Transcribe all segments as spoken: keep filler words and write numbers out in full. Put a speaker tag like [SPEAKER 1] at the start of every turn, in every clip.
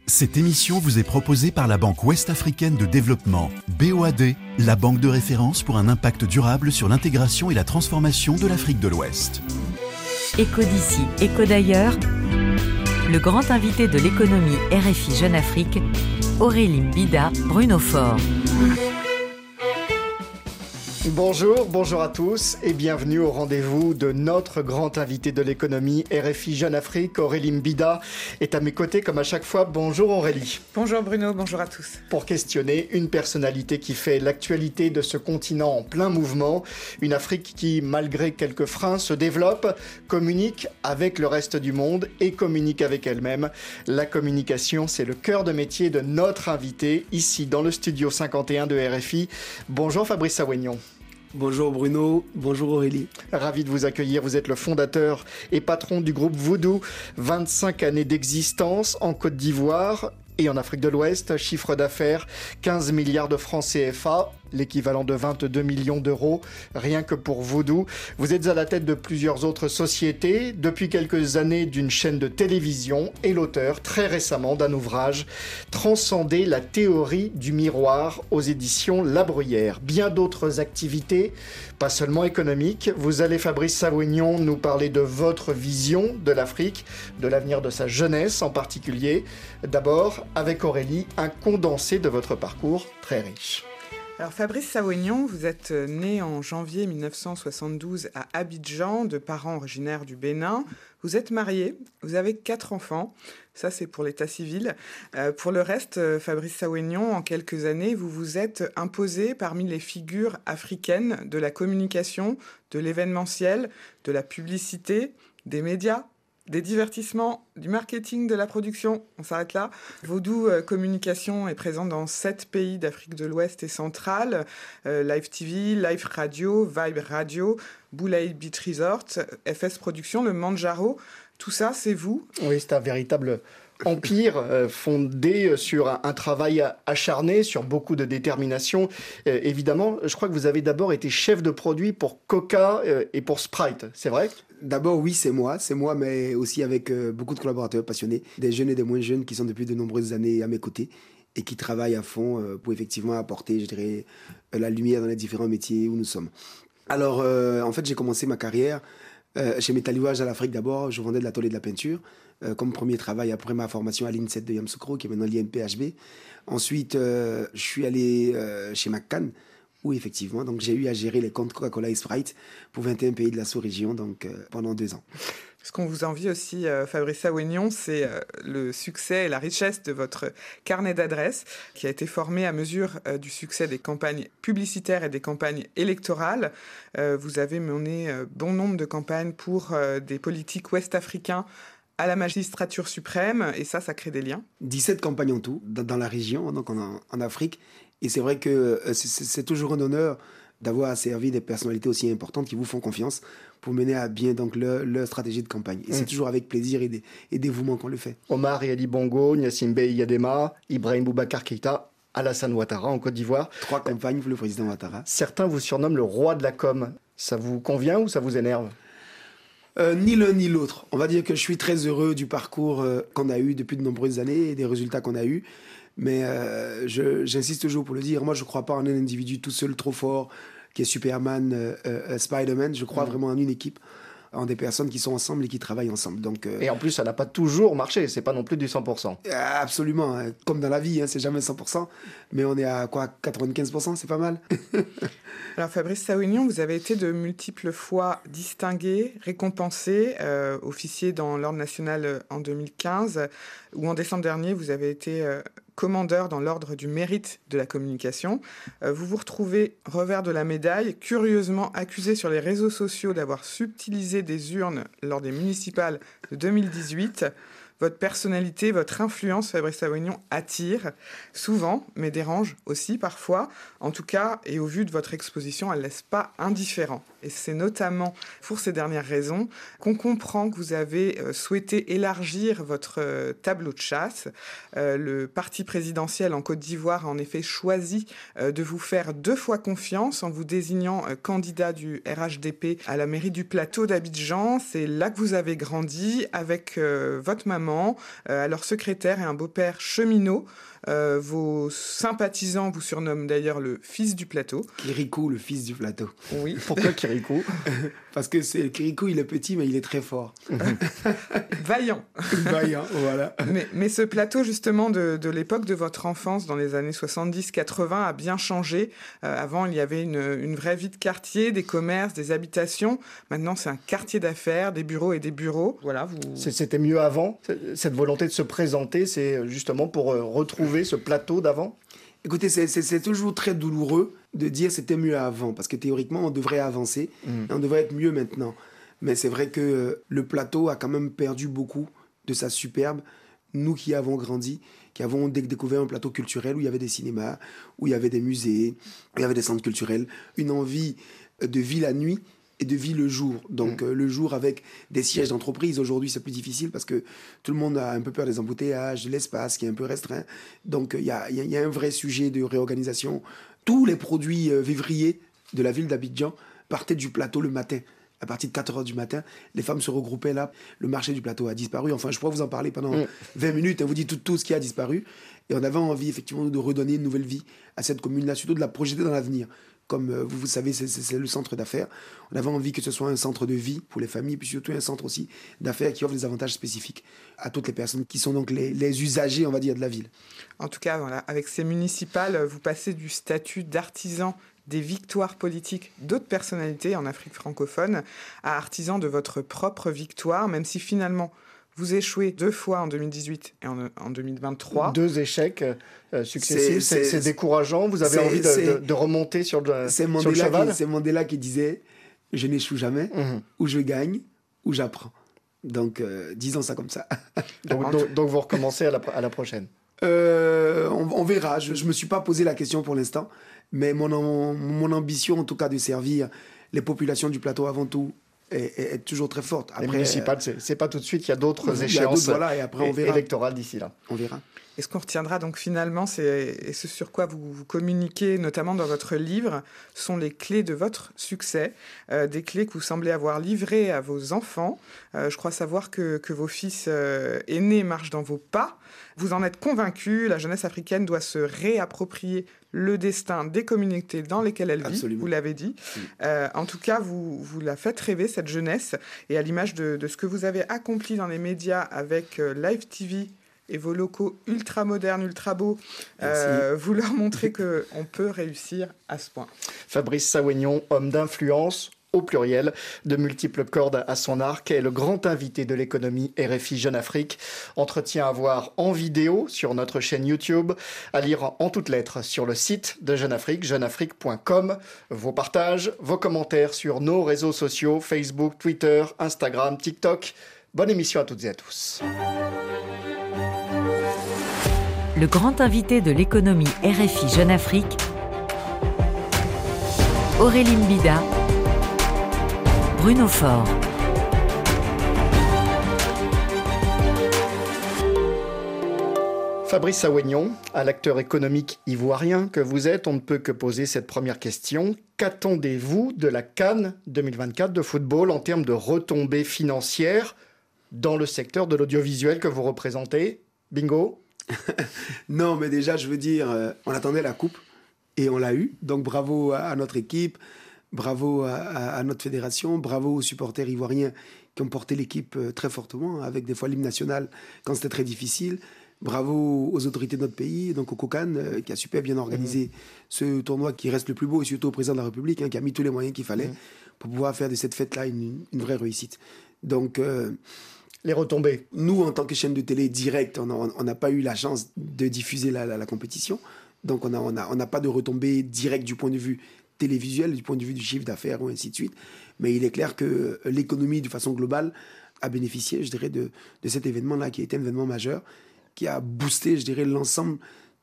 [SPEAKER 1] Cette émission vous est proposée par la Banque Ouest-Africaine de Développement, B O A D, la banque de référence pour un impact durable sur l'intégration et la transformation de l'Afrique de l'Ouest.
[SPEAKER 2] Écho d'ici, écho d'ailleurs, le grand invité de l'économie R F I Jeune Afrique, Aurélie Mbida, Bruno Faure.
[SPEAKER 3] Bonjour, bonjour à tous et bienvenue au rendez-vous de notre grand invité de l'économie R F I Jeune Afrique, Aurélie Mbida, est à mes côtés comme à chaque fois. Bonjour Aurélie.
[SPEAKER 4] Bonjour Bruno, bonjour à tous.
[SPEAKER 3] Pour questionner une personnalité qui fait l'actualité de ce continent en plein mouvement, une Afrique qui, malgré quelques freins, se développe, communique avec le reste du monde et communique avec elle-même. La communication, c'est le cœur de métier de notre invité, ici dans le studio cinquante et un de R F I. Bonjour Fabrice Sawénion.
[SPEAKER 5] Bonjour Bruno, bonjour Aurélie.
[SPEAKER 3] Ravi de vous accueillir, vous êtes le fondateur et patron du groupe Voodoo, vingt-cinq années d'existence en Côte d'Ivoire et en Afrique de l'Ouest, chiffre d'affaires quinze milliards de francs C F A, l'équivalent de vingt-deux millions d'euros, rien que pour Voodoo. Vous êtes à la tête de plusieurs autres sociétés, depuis quelques années d'une chaîne de télévision et l'auteur, très récemment, d'un ouvrage « Transcender la théorie du miroir » aux éditions La Bruyère. Bien d'autres activités, pas seulement économiques. Vous allez, Fabrice Sawénion, nous parler de votre vision de l'Afrique, de l'avenir de sa jeunesse en particulier. D'abord, avec Aurélie, un condensé de votre parcours très riche.
[SPEAKER 4] Alors Fabrice Sawénion, vous êtes né en janvier mille neuf cent soixante-douze à Abidjan, de parents originaires du Bénin. Vous êtes marié, vous avez quatre enfants, ça c'est pour l'état civil. Euh, pour le reste, Fabrice Sawénion, en quelques années, vous vous êtes imposé parmi les figures africaines de la communication, de l'événementiel, de la publicité, des médias, des divertissements, du marketing, de la production. On s'arrête là. Voodoo euh, Communication est présent dans sept pays d'Afrique de l'Ouest et centrale. Euh, Live T V, Live Radio, Vibe Radio, Boulaye Beach Resort, F S Productions, le Manjaro. Tout ça, c'est vous.
[SPEAKER 3] Oui, c'est un véritable empire euh, fondé sur un, un travail acharné, sur beaucoup de détermination. Euh, évidemment, je crois que vous avez d'abord été chef de produit pour Coca euh, et pour Sprite, c'est vrai ?
[SPEAKER 5] D'abord, oui, c'est moi, c'est moi, mais aussi avec euh, beaucoup de collaborateurs passionnés, des jeunes et des moins jeunes qui sont depuis de nombreuses années à mes côtés et qui travaillent à fond euh, pour effectivement apporter, je dirais, euh, la lumière dans les différents métiers où nous sommes. Alors, euh, en fait, j'ai commencé ma carrière euh, chez Métallouage à l'Afrique d'abord. Je vendais de l'atelier de la peinture euh, comme premier travail après ma formation à l'INSET de Yamoussoukro, qui est maintenant l'I N P H B. Ensuite, euh, je suis allé euh, chez McCann, où effectivement, donc j'ai eu à gérer les comptes Coca-Cola et Sprite pour vingt et un pays de la sous-région, donc euh, pendant deux ans.
[SPEAKER 4] Ce qu'on vous envie aussi, euh, Fabrice Sawénion, c'est euh, le succès et la richesse de votre carnet d'adresses qui a été formé à mesure euh, du succès des campagnes publicitaires et des campagnes électorales. Euh, vous avez mené euh, bon nombre de campagnes pour euh, des politiques ouest-africains à la magistrature suprême, et ça, ça crée des liens.
[SPEAKER 5] dix-sept campagnes en tout, dans, dans la région, donc en, en Afrique. Et c'est vrai que euh, c'est, c'est toujours un honneur d'avoir servi des personnalités aussi importantes qui vous font confiance pour mener à bien donc, leur, leur stratégie de campagne. Et mmh. c'est toujours avec plaisir et, des, et dévouement qu'on le fait.
[SPEAKER 3] Omar et Ali Bongo, Gnassingbé Yadema, Ibrahim Boubacar Keïta, Alassane Ouattara en Côte d'Ivoire.
[SPEAKER 5] Trois campagnes pour le président Ouattara.
[SPEAKER 3] Certains vous surnomment le roi de la com. Ça vous convient ou ça vous énerve ?
[SPEAKER 5] Euh, ni l'un ni l'autre. On va dire que je suis très heureux du parcours euh, qu'on a eu depuis de nombreuses années et des résultats qu'on a eus. Mais euh, je, j'insiste toujours pour le dire, moi je ne crois pas en un individu tout seul trop fort qui est Superman, euh, euh, Spider-Man. Je crois mmh. vraiment en une équipe, en des personnes qui sont ensemble et qui travaillent ensemble. Donc, euh,
[SPEAKER 3] et en plus, ça n'a pas toujours marché, c'est pas non plus du cent pour cent.
[SPEAKER 5] Absolument, hein. Comme dans la vie, hein, c'est jamais cent pour cent. Mais on est à quoi, quatre-vingt-quinze pour cent, c'est pas mal.
[SPEAKER 4] Alors Fabrice Sawénion, vous avez été de multiples fois distingué, récompensé, euh, officier dans l'Ordre national en deux mille quinze, ou en décembre dernier, vous avez été euh, commandeur dans l'Ordre du mérite de la communication. Euh, vous vous retrouvez revers de la médaille, curieusement accusé sur les réseaux sociaux d'avoir subtilisé des urnes lors des municipales de deux mille dix-huit. Votre personnalité, votre influence, Fabrice Sawénion, attire souvent, mais dérange aussi parfois. En tout cas, et au vu de votre exposition, elle ne laisse pas indifférent. Et c'est notamment pour ces dernières raisons qu'on comprend que vous avez souhaité élargir votre tableau de chasse. Euh, le parti présidentiel en Côte d'Ivoire a en effet choisi euh, de vous faire deux fois confiance en vous désignant euh, candidat du R H D P à la mairie du plateau d'Abidjan. C'est là que vous avez grandi avec euh, votre maman, euh, alors secrétaire et un beau-père cheminot. Euh, vos sympathisants vous surnomment d'ailleurs le fils du plateau.
[SPEAKER 5] Kirikou, le fils du plateau.
[SPEAKER 3] Oui, pourquoi Kirikou?
[SPEAKER 5] Parce que c'est, Kirikou, il est petit, mais il est très fort.
[SPEAKER 4] Vaillant.
[SPEAKER 5] Vaillant, voilà.
[SPEAKER 4] Mais, mais ce plateau, justement, de, de l'époque de votre enfance, dans les années soixante-dix quatre-vingts, a bien changé. Euh, avant, il y avait une, une vraie vie de quartier, des commerces, des habitations. Maintenant, c'est un quartier d'affaires, des bureaux et des bureaux. Voilà, vous...
[SPEAKER 3] C'était mieux avant. Cette volonté de se présenter, c'est justement pour retrouver ce plateau d'avant?
[SPEAKER 5] Écoutez, c'est, c'est, c'est toujours très douloureux de dire c'était mieux avant, parce que théoriquement, on devrait avancer, mmh. et on devrait être mieux maintenant. Mais c'est vrai que euh, le plateau a quand même perdu beaucoup de sa superbe. Nous qui avons grandi, qui avons dé- découvert un plateau culturel où il y avait des cinémas, où il y avait des musées, où il y avait des centres culturels, une envie de vie la nuit et de vie le jour. Donc mmh. euh, le jour avec des sièges d'entreprise. Aujourd'hui, c'est plus difficile parce que tout le monde a un peu peur des embouteillages, de l'espace qui est un peu restreint. Donc il euh, y, y, y a un vrai sujet de réorganisation. Tous les produits euh, vivriers de la ville d'Abidjan partaient du plateau le matin. À partir de quatre heures du matin, les femmes se regroupaient là. Le marché du plateau a disparu. Enfin, je pourrais vous en parler pendant mmh. vingt minutes et vous dire tout, tout ce qui a disparu. Et on avait envie, effectivement, de redonner une nouvelle vie à cette commune-là, surtout de la projeter dans l'avenir. Comme euh, vous, vous savez, c'est, c'est, c'est le centre d'affaires. On avait envie que ce soit un centre de vie pour les familles, puis surtout un centre aussi d'affaires qui offre des avantages spécifiques à toutes les personnes qui sont donc les, les usagers, on va dire, de la ville.
[SPEAKER 4] En tout cas, voilà, avec ces municipales, vous passez du statut d'artisan des victoires politiques d'autres personnalités en Afrique francophone à artisan de votre propre victoire, même si finalement vous échouez deux fois en deux mille dix-huit et en, en deux mille vingt-trois.
[SPEAKER 3] Deux échecs euh, successifs, c'est, c'est, c'est, c'est décourageant. Vous avez envie de, de, de remonter sur le,
[SPEAKER 5] c'est
[SPEAKER 3] sur le cheval.
[SPEAKER 5] Qui, c'est Mandela qui disait « Je n'échoue jamais, mmh. ou je gagne, ou j'apprends ». Donc, euh, disons ça comme ça.
[SPEAKER 3] donc, donc, donc, vous recommencez à la, à la prochaine.
[SPEAKER 5] euh, on, on verra. Je ne me suis pas posé la question pour l'instant. Mais mon, mon ambition, en tout cas, de servir les populations du plateau avant tout, est, est, est toujours très forte.
[SPEAKER 3] Après, les municipales, c'est, c'est pas tout de suite. Il y a d'autres
[SPEAKER 5] il
[SPEAKER 3] échéances
[SPEAKER 5] y a d'autres, voilà, et après, on verra.
[SPEAKER 3] électorales d'ici là.
[SPEAKER 5] On verra.
[SPEAKER 4] Et ce qu'on retiendra donc finalement, c'est, et ce sur quoi vous, vous communiquez, notamment dans votre livre, sont les clés de votre succès, euh, des clés que vous semblez avoir livrées à vos enfants. Euh, je crois savoir que, que vos fils euh, aînés marchent dans vos pas. Vous en êtes convaincus, la jeunesse africaine doit se réapproprier le destin des communautés dans lesquelles elle vit, Absolument. Vous l'avez dit. Oui. Euh, en tout cas, vous, vous la faites rêver, cette jeunesse, et à l'image de, de ce que vous avez accompli dans les médias avec euh, Live T V et vos locaux ultra modernes, ultra beaux, euh, vous leur montrez qu'on peut réussir à ce point.
[SPEAKER 3] Fabrice Sawénion, homme d'influence, au pluriel, de multiples cordes à son arc, est le grand invité de l'économie R F I Jeune Afrique. Entretien à voir en vidéo sur notre chaîne YouTube, à lire en toutes lettres sur le site de Jeune Afrique, jeune afrique point com. Vos partages, vos commentaires sur nos réseaux sociaux, Facebook, Twitter, Instagram, TikTok. Bonne émission à toutes et à tous.
[SPEAKER 2] Le grand invité de l'économie R F I Jeune Afrique, Aurélie Mbida, Bruno Faure.
[SPEAKER 3] Fabrice Sawénion, à l'acteur économique ivoirien que vous êtes, on ne peut que poser cette première question. Qu'attendez-vous de la CAN deux mille vingt-quatre de football en termes de retombées financières dans le secteur de l'audiovisuel que vous représentez? Bingo.
[SPEAKER 5] Non, mais déjà, je veux dire, euh, on attendait la coupe et on l'a eu. Donc, bravo à, à notre équipe, bravo à, à, à notre fédération, bravo aux supporters ivoiriens qui ont porté l'équipe euh, très fortement, avec des fois l'hymne national quand c'était très difficile. Bravo aux autorités de notre pays, donc au COCAN, euh, qui a super bien organisé mmh. ce tournoi qui reste le plus beau, et surtout au président de la République, hein, qui a mis tous les moyens qu'il fallait mmh. pour pouvoir faire de cette fête-là une, une vraie réussite. Donc... Euh,
[SPEAKER 3] les retombées.
[SPEAKER 5] Nous, en tant que chaîne de télé directe, on n'a pas eu la chance de diffuser la, la, la compétition. Donc, on n'a on a, on a pas de retombées directes du point de vue télévisuel, du point de vue du chiffre d'affaires, ou ainsi de suite. Mais il est clair que l'économie, de façon globale, a bénéficié, je dirais, de, de cet événement-là, qui a été un événement majeur, qui a boosté, je dirais, l'ensemble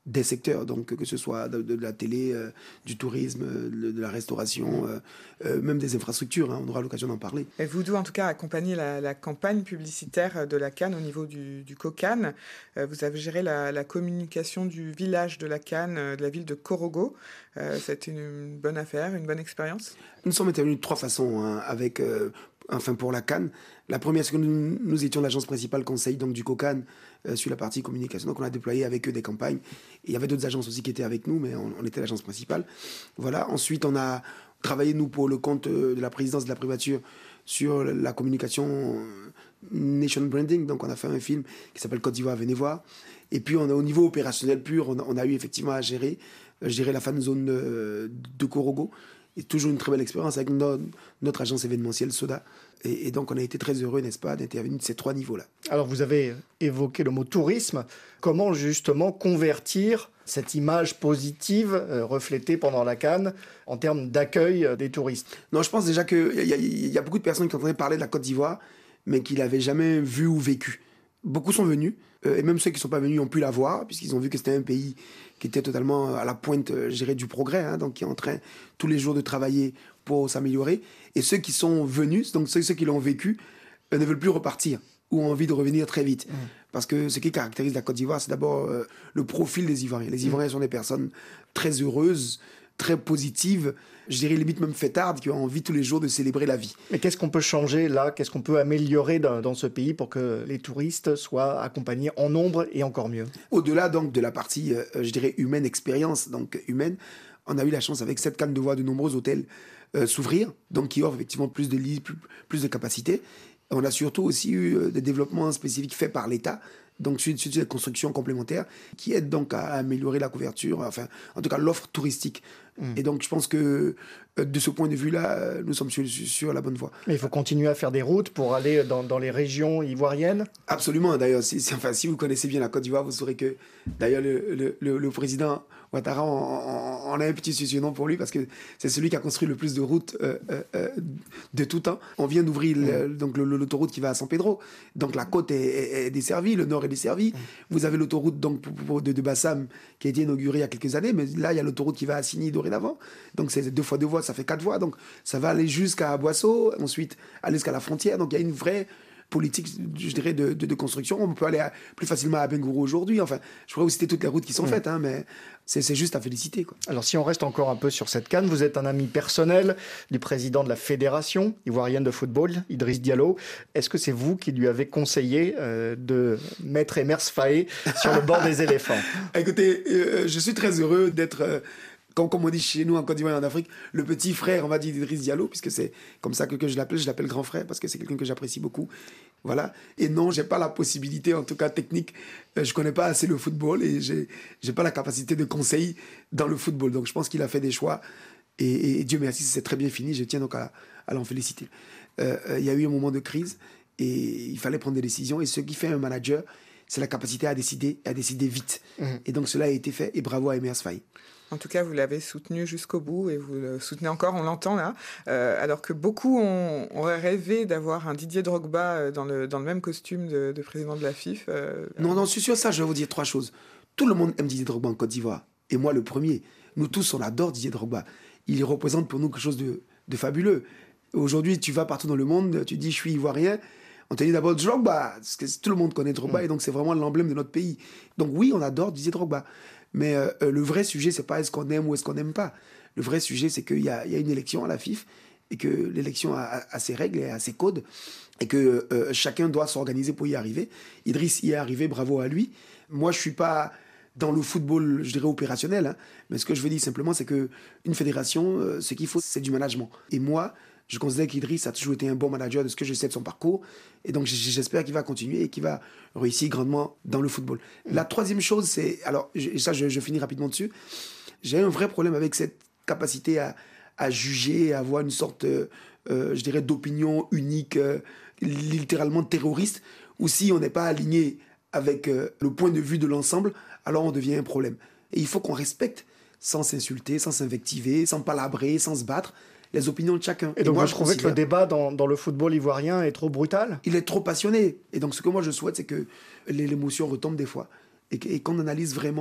[SPEAKER 5] des secteurs, donc que ce soit de, de la télé, euh, du tourisme, de, de la restauration, euh, euh, même des infrastructures, hein, on aura l'occasion d'en parler.
[SPEAKER 4] Et Voodoo, en tout cas, a accompagné la, la campagne publicitaire de la Cannes au niveau du, du Cocan. Euh, vous avez géré la, la communication du village de la Cannes, euh, de la ville de Korogo. Euh, C'était une, une bonne affaire, une bonne expérience.
[SPEAKER 5] Nous sommes intervenus de trois façons, hein, avec, euh, enfin pour la Cannes. La première, c'est que nous, nous étions l'agence principale conseil donc, du Cocan euh, sur la partie communication. Donc on a déployé avec eux des campagnes. Et il y avait d'autres agences aussi qui étaient avec nous, mais on, on était l'agence principale. Voilà. Ensuite, on a travaillé, nous, pour le compte de la présidence de la privature sur la communication nation branding. Donc on a fait un film qui s'appelle Côte d'Ivoire, venez voir. Et puis on a, au niveau opérationnel pur, on a, on a eu effectivement à gérer, euh, gérer la fan zone de, de Korogo. Et toujours une très belle expérience avec notre, notre agence événementielle Soda. Et, et donc, on a été très heureux, n'est-ce pas, d'intervenir de ces trois niveaux-là.
[SPEAKER 3] Alors, vous avez évoqué le mot tourisme. Comment, justement, convertir cette image positive euh, reflétée pendant la Cannes en termes d'accueil des touristes?
[SPEAKER 5] Non, je pense déjà qu'il y, y, y a beaucoup de personnes qui entendaient parler de la Côte d'Ivoire, mais qui ne l'avaient jamais vu ou vécu. Beaucoup sont venus, euh, et même ceux qui ne sont pas venus ont pu la voir, puisqu'ils ont vu que c'était un pays qui était totalement à la pointe, euh, je dirais, du progrès, hein, donc qui est en train tous les jours de travailler pour s'améliorer. Et ceux qui sont venus, donc ceux, ceux qui l'ont vécu, euh, ne veulent plus repartir ou ont envie de revenir très vite. Mmh. Parce que ce qui caractérise la Côte d'Ivoire, c'est d'abord euh, le profil des Ivoiriens. Les Ivoiriens mmh. sont des personnes très heureuses, très positives, je dirais limite même fêtardes, qui ont envie tous les jours de célébrer la vie.
[SPEAKER 3] Mais qu'est-ce qu'on peut changer là? Qu'est-ce qu'on peut améliorer dans, dans ce pays pour que les touristes soient accompagnés en nombre et encore mieux?
[SPEAKER 5] Au-delà donc de la partie, euh, je dirais, humaine, expérience donc humaine, on a eu la chance avec cette Cannes de voir de nombreux hôtels euh, s'ouvrir, donc qui offrent effectivement plus de lits, plus, plus de capacités. On a surtout aussi eu euh, des développements spécifiques faits par l'État, donc sur, sur des constructions complémentaires qui aident donc à améliorer la couverture, enfin en tout cas l'offre touristique. Mmh. Et donc je pense que euh, de ce point de vue-là, euh, nous sommes sur, sur, sur la bonne voie.
[SPEAKER 3] Mais il faut continuer à faire des routes pour aller dans, dans les régions ivoiriennes?
[SPEAKER 5] Absolument, d'ailleurs, si, si, enfin, si vous connaissez bien la Côte d'Ivoire, vous saurez que d'ailleurs le, le, le, le président Ouattara, on, on, on a un petit surnom pour lui parce que c'est celui qui a construit le plus de routes euh, euh, de tout temps. On vient d'ouvrir mmh. le, donc le, l'autoroute qui va à San Pedro, donc la côte est, est, est desservie, le nord est desservi. Mmh. Vous avez l'autoroute donc, pour, pour, de, de Bassam qui a été inaugurée il y a quelques années, mais là il y a l'autoroute qui va à Sini dorénavant, donc c'est deux fois deux voies, ça fait quatre voies, donc ça va aller jusqu'à Boisseau, ensuite aller jusqu'à la frontière, donc il y a une vraie politique, je dirais, de, de, de construction. On peut aller à, plus facilement à Bengourou aujourd'hui. Enfin, je pourrais vous citer toutes les routes qui sont mmh. faites, hein, mais c'est, c'est juste à féliciter, quoi.
[SPEAKER 3] Alors, si on reste encore un peu sur cette Cannes, vous êtes un ami personnel du président de la Fédération ivoirienne de football, Idriss Diallo. Est-ce que c'est vous qui lui avez conseillé euh, de mettre Emers Faé sur le bord des éléphants?
[SPEAKER 5] Écoutez, euh, je suis très heureux d'être... Euh, Comme, comme on dit chez nous en Côte d'Ivoire et en Afrique, le petit frère, on va dire, d'Idriss Diallo, puisque c'est comme ça que, que je l'appelle, je l'appelle grand frère, parce que c'est quelqu'un que j'apprécie beaucoup. Voilà. Et non, je n'ai pas la possibilité, en tout cas technique, euh, je ne connais pas assez le football et je n'ai pas la capacité de conseil dans le football. Donc je pense qu'il a fait des choix et, et, et Dieu merci, c'est très bien fini, je tiens donc à, à l'en féliciter. Euh, euh, il y a eu un moment de crise et il fallait prendre des décisions, et ce qui fait un manager, c'est la capacité à décider, à décider vite. Mmh. Et donc cela a été fait, et bravo à Emers Faé.
[SPEAKER 4] En tout cas, vous l'avez soutenu jusqu'au bout et vous le soutenez encore, on l'entend là. Euh, alors que beaucoup ont, auraient rêvé d'avoir un Didier Drogba dans le, dans le même costume de, de président de la F I F. Euh,
[SPEAKER 5] non, non, sur ça, je vais vous dire trois choses. Tout le monde aime Didier Drogba en Côte d'Ivoire. Et moi, le premier. Nous tous, on adore Didier Drogba. Il représente pour nous quelque chose de, de fabuleux. Aujourd'hui, tu vas partout dans le monde, tu dis « je suis ivoirien ». On te dit d'abord Drogba, parce que tout le monde connaît Drogba, mmh. et donc c'est vraiment l'emblème de notre pays. Donc oui, on adore Didier Drogba. Mais euh, le vrai sujet, c'est pas est-ce qu'on aime ou est-ce qu'on n'aime pas. Le vrai sujet, c'est qu'il y a, il y a une élection à la F I F, et que l'élection a, a ses règles et a ses codes, et que euh, chacun doit s'organiser pour y arriver. Idriss y est arrivé, bravo à lui. Moi, je suis pas dans le football, je dirais, opérationnel, hein, mais ce que je veux dire simplement, c'est qu'une fédération, euh, ce qu'il faut, c'est du management. Et moi, je considère qu'Idriss a toujours été un bon manager de ce que je sais de son parcours. Et donc, j'espère qu'il va continuer et qu'il va réussir grandement dans le football. La troisième chose, c'est... Alors, et ça, je, je finis rapidement dessus. J'ai un vrai problème avec cette capacité à, à juger, à avoir une sorte, euh, je dirais, d'opinion unique, euh, littéralement terroriste, où si on n'est pas aligné avec euh, le point de vue de l'ensemble, alors on devient un problème. Et il faut qu'on respecte, sans s'insulter, sans s'invectiver, sans palabrer, sans se battre, les opinions de chacun.
[SPEAKER 3] Et donc, et moi, je trouvais considère... que le débat dans, dans le football ivoirien est trop brutal?
[SPEAKER 5] Il est trop passionné. Et donc, ce que moi, je souhaite, c'est que l'émotion retombe des fois et, et qu'on analyse vraiment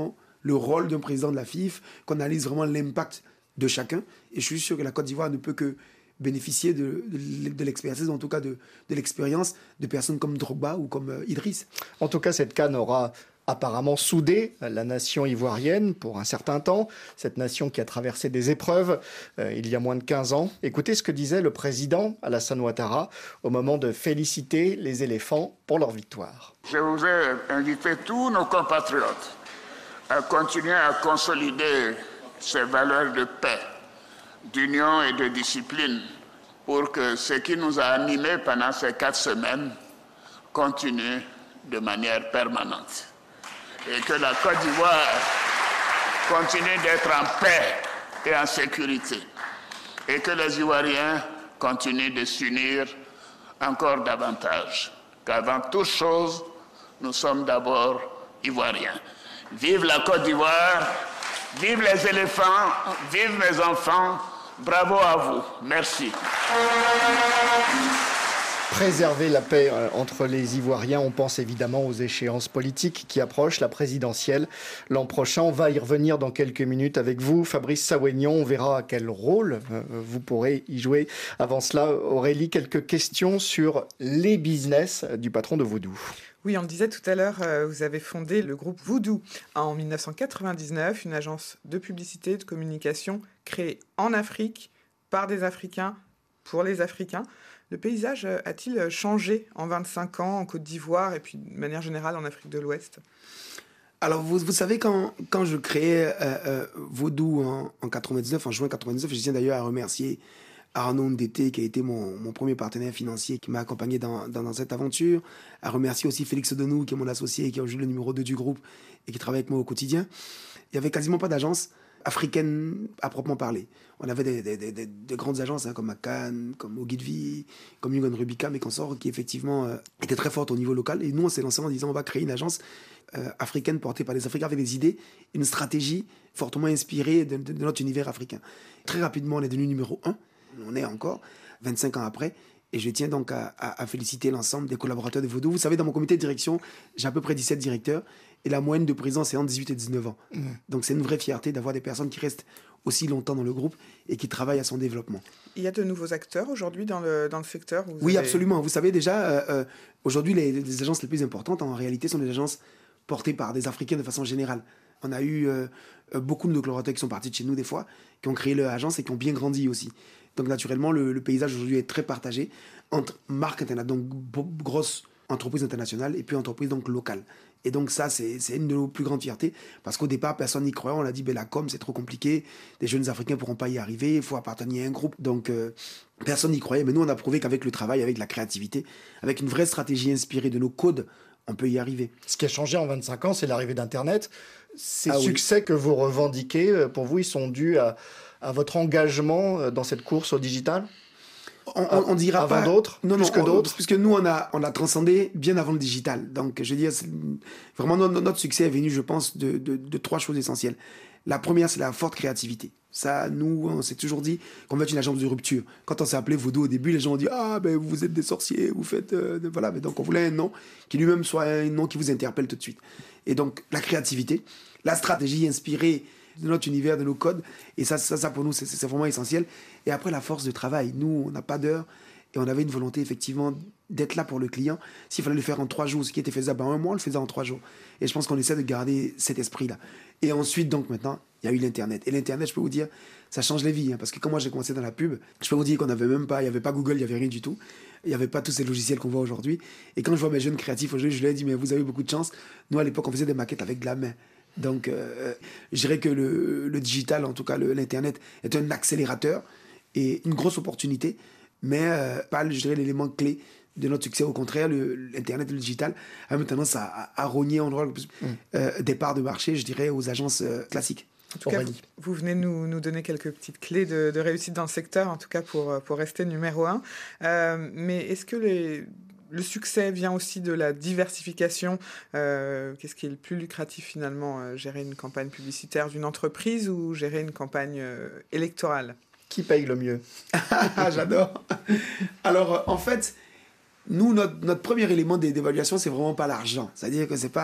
[SPEAKER 5] le rôle d'un président de la F I F, qu'on analyse vraiment l'impact de chacun. Et je suis sûr que la Côte d'Ivoire ne peut que bénéficier de, de, de l'expertise, en tout cas de, de l'expérience de personnes comme Drogba ou comme euh, Idriss.
[SPEAKER 3] En tout cas, cette CAN aura apparemment soudé la nation ivoirienne pour un certain temps, cette nation qui a traversé des épreuves euh, il y a moins de quinze ans. Écoutez ce que disait le président Alassane Ouattara au moment de féliciter les éléphants pour leur victoire.
[SPEAKER 6] Je vous ai invité tous nos compatriotes à continuer à consolider ces valeurs de paix, d'union et de discipline pour que ce qui nous a animés pendant ces quatre semaines continue de manière permanente. Et que la Côte d'Ivoire continue d'être en paix et en sécurité. Et que les Ivoiriens continuent de s'unir encore davantage. Qu'avant toute chose, nous sommes d'abord Ivoiriens. Vive la Côte d'Ivoire, vive les éléphants, vive mes enfants. Bravo à vous. Merci.
[SPEAKER 3] Préserver la paix entre les Ivoiriens, on pense évidemment aux échéances politiques qui approchent, la présidentielle l'an prochain. On va y revenir dans quelques minutes avec vous, Fabrice Sawénion. On verra quel rôle vous pourrez y jouer. Avant cela, Aurélie, quelques questions sur les business du patron de Voodoo.
[SPEAKER 4] Oui, on le disait tout à l'heure, vous avez fondé le groupe Voodoo en dix-neuf cent quatre-vingt-dix-neuf, une agence de publicité et de communication créée en Afrique par des Africains pour les Africains. Le paysage a-t-il changé en vingt-cinq ans en Côte d'Ivoire et puis de manière générale en Afrique de l'Ouest ?
[SPEAKER 5] Alors, vous, vous savez, quand, quand je créais euh, euh, Voodoo en, en quatre-vingt-dix-neuf, en juin quatre-vingt-dix-neuf, je tiens d'ailleurs à remercier Arnaud Ndété, qui a été mon, mon premier partenaire financier, qui m'a accompagné dans, dans, dans cette aventure, à remercier aussi Félix Odonou, qui est mon associé, qui est aujourd'hui le numéro deux du groupe et qui travaille avec moi au quotidien. Il n'y avait quasiment pas d'agence africaine à proprement parler. On avait des, des, des, des grandes agences hein, comme Akan, comme Ogilvy, comme Yugon Rubika, mais consorts, qui effectivement euh, étaient très fortes au niveau local. Et nous, on s'est lancé en disant on va créer une agence euh, africaine portée par les Africains avec des idées, une stratégie fortement inspirée de, de, de notre univers africain. Très rapidement, on est devenu numéro un. On est encore, vingt-cinq ans après. Et je tiens donc à, à, à féliciter l'ensemble des collaborateurs de Voodoo. Vous savez, dans mon comité de direction, j'ai à peu près dix-sept directeurs. Et la moyenne de présence est entre dix-huit et dix-neuf ans. Mmh. Donc c'est une vraie fierté d'avoir des personnes qui restent aussi longtemps dans le groupe et qui travaillent à son développement.
[SPEAKER 4] Il y a de nouveaux acteurs aujourd'hui dans le, dans le secteur ? Vous
[SPEAKER 5] Oui,
[SPEAKER 4] avez...
[SPEAKER 5] absolument. Vous savez déjà, euh, euh, aujourd'hui, les, les agences les plus importantes, en réalité, sont des agences portées par des Africains de façon générale. On a eu euh, beaucoup de nos collaborateurs qui sont partis de chez nous des fois, qui ont créé leur agence et qui ont bien grandi aussi. Donc naturellement, le, le paysage aujourd'hui est très partagé entre marques internationales, donc grosses entreprises internationales, et puis entreprises donc locales. Et donc ça, c'est, c'est une de nos plus grandes fiertés, parce qu'au départ, personne n'y croyait. On a dit, ben, la com, c'est trop compliqué, les jeunes Africains ne pourront pas y arriver, il faut appartenir à un groupe. Donc euh, personne n'y croyait, mais nous, on a prouvé qu'avec le travail, avec la créativité, avec une vraie stratégie inspirée de nos codes, on peut y arriver.
[SPEAKER 3] Ce qui a changé en vingt-cinq ans, c'est l'arrivée d'Internet. Ces
[SPEAKER 5] ah,
[SPEAKER 3] succès oui. que vous revendiquez, pour vous, ils sont dus à, à votre engagement dans cette course au digital ?
[SPEAKER 5] On, on, on dira
[SPEAKER 3] avant
[SPEAKER 5] pas
[SPEAKER 3] d'autres,
[SPEAKER 5] non,
[SPEAKER 3] plus
[SPEAKER 5] non,
[SPEAKER 3] que
[SPEAKER 5] on,
[SPEAKER 3] d'autres,
[SPEAKER 5] puisque nous on a on a transcendé bien avant le digital. Donc je veux dire, vraiment notre, notre succès est venu, je pense, de, de, de trois choses essentielles. La première, c'est la forte créativité. Ça, nous, on s'est toujours dit qu'on veut être une agence de rupture. Quand on s'est appelé Voodoo au début, les gens ont dit ah ben vous êtes des sorciers, vous faites euh, voilà. Mais donc on voulait un nom qui lui-même soit un nom qui vous interpelle tout de suite. Et donc la créativité, la stratégie inspirée de notre univers, de nos codes. Et ça, ça, ça pour nous, c'est, c'est vraiment essentiel. Et après, la force de travail. Nous, on n'a pas d'heure. Et on avait une volonté, effectivement, d'être là pour le client. S'il fallait le faire en trois jours, ce qui était faisable en un mois, on le faisait en trois jours. Et je pense qu'on essaie de garder cet esprit-là. Et ensuite, donc, maintenant, il y a eu l'Internet. Et l'Internet, je peux vous dire, ça change les vies. Hein, parce que quand moi, j'ai commencé dans la pub, je peux vous dire qu'on n'avait même pas, il n'y avait pas Google, il n'y avait rien du tout. Il n'y avait pas tous ces logiciels qu'on voit aujourd'hui. Et quand je vois mes jeunes créatifs aujourd'hui, je leur ai dit, mais vous avez beaucoup de chance. Nous, à l'époque, on faisait des maquettes avec de la main. Donc, euh, je dirais que le, le digital, en tout cas le, l'Internet, est un accélérateur et une grosse opportunité, mais euh, pas, je dirais, l'élément clé de notre succès. Au contraire, le, l'Internet et le digital a tendance à, à, à rogner en droit mmh. euh, des parts de marché, je dirais, aux agences euh, classiques.
[SPEAKER 4] En tout cas, vous, vous venez nous, nous donner quelques petites clés de, de réussite dans le secteur, en tout cas pour, pour rester numéro un. Euh, mais est-ce que les... Le succès vient aussi de la diversification. Euh, qu'est-ce qui est le plus lucratif finalement, euh, gérer une campagne publicitaire d'une entreprise ou gérer une campagne euh, électorale ?
[SPEAKER 3] Qui paye le mieux ?
[SPEAKER 5] J'adore. Alors, en fait, nous, notre, notre premier élément d'évaluation, c'est vraiment pas l'argent. C'est-à-dire que c'est pas...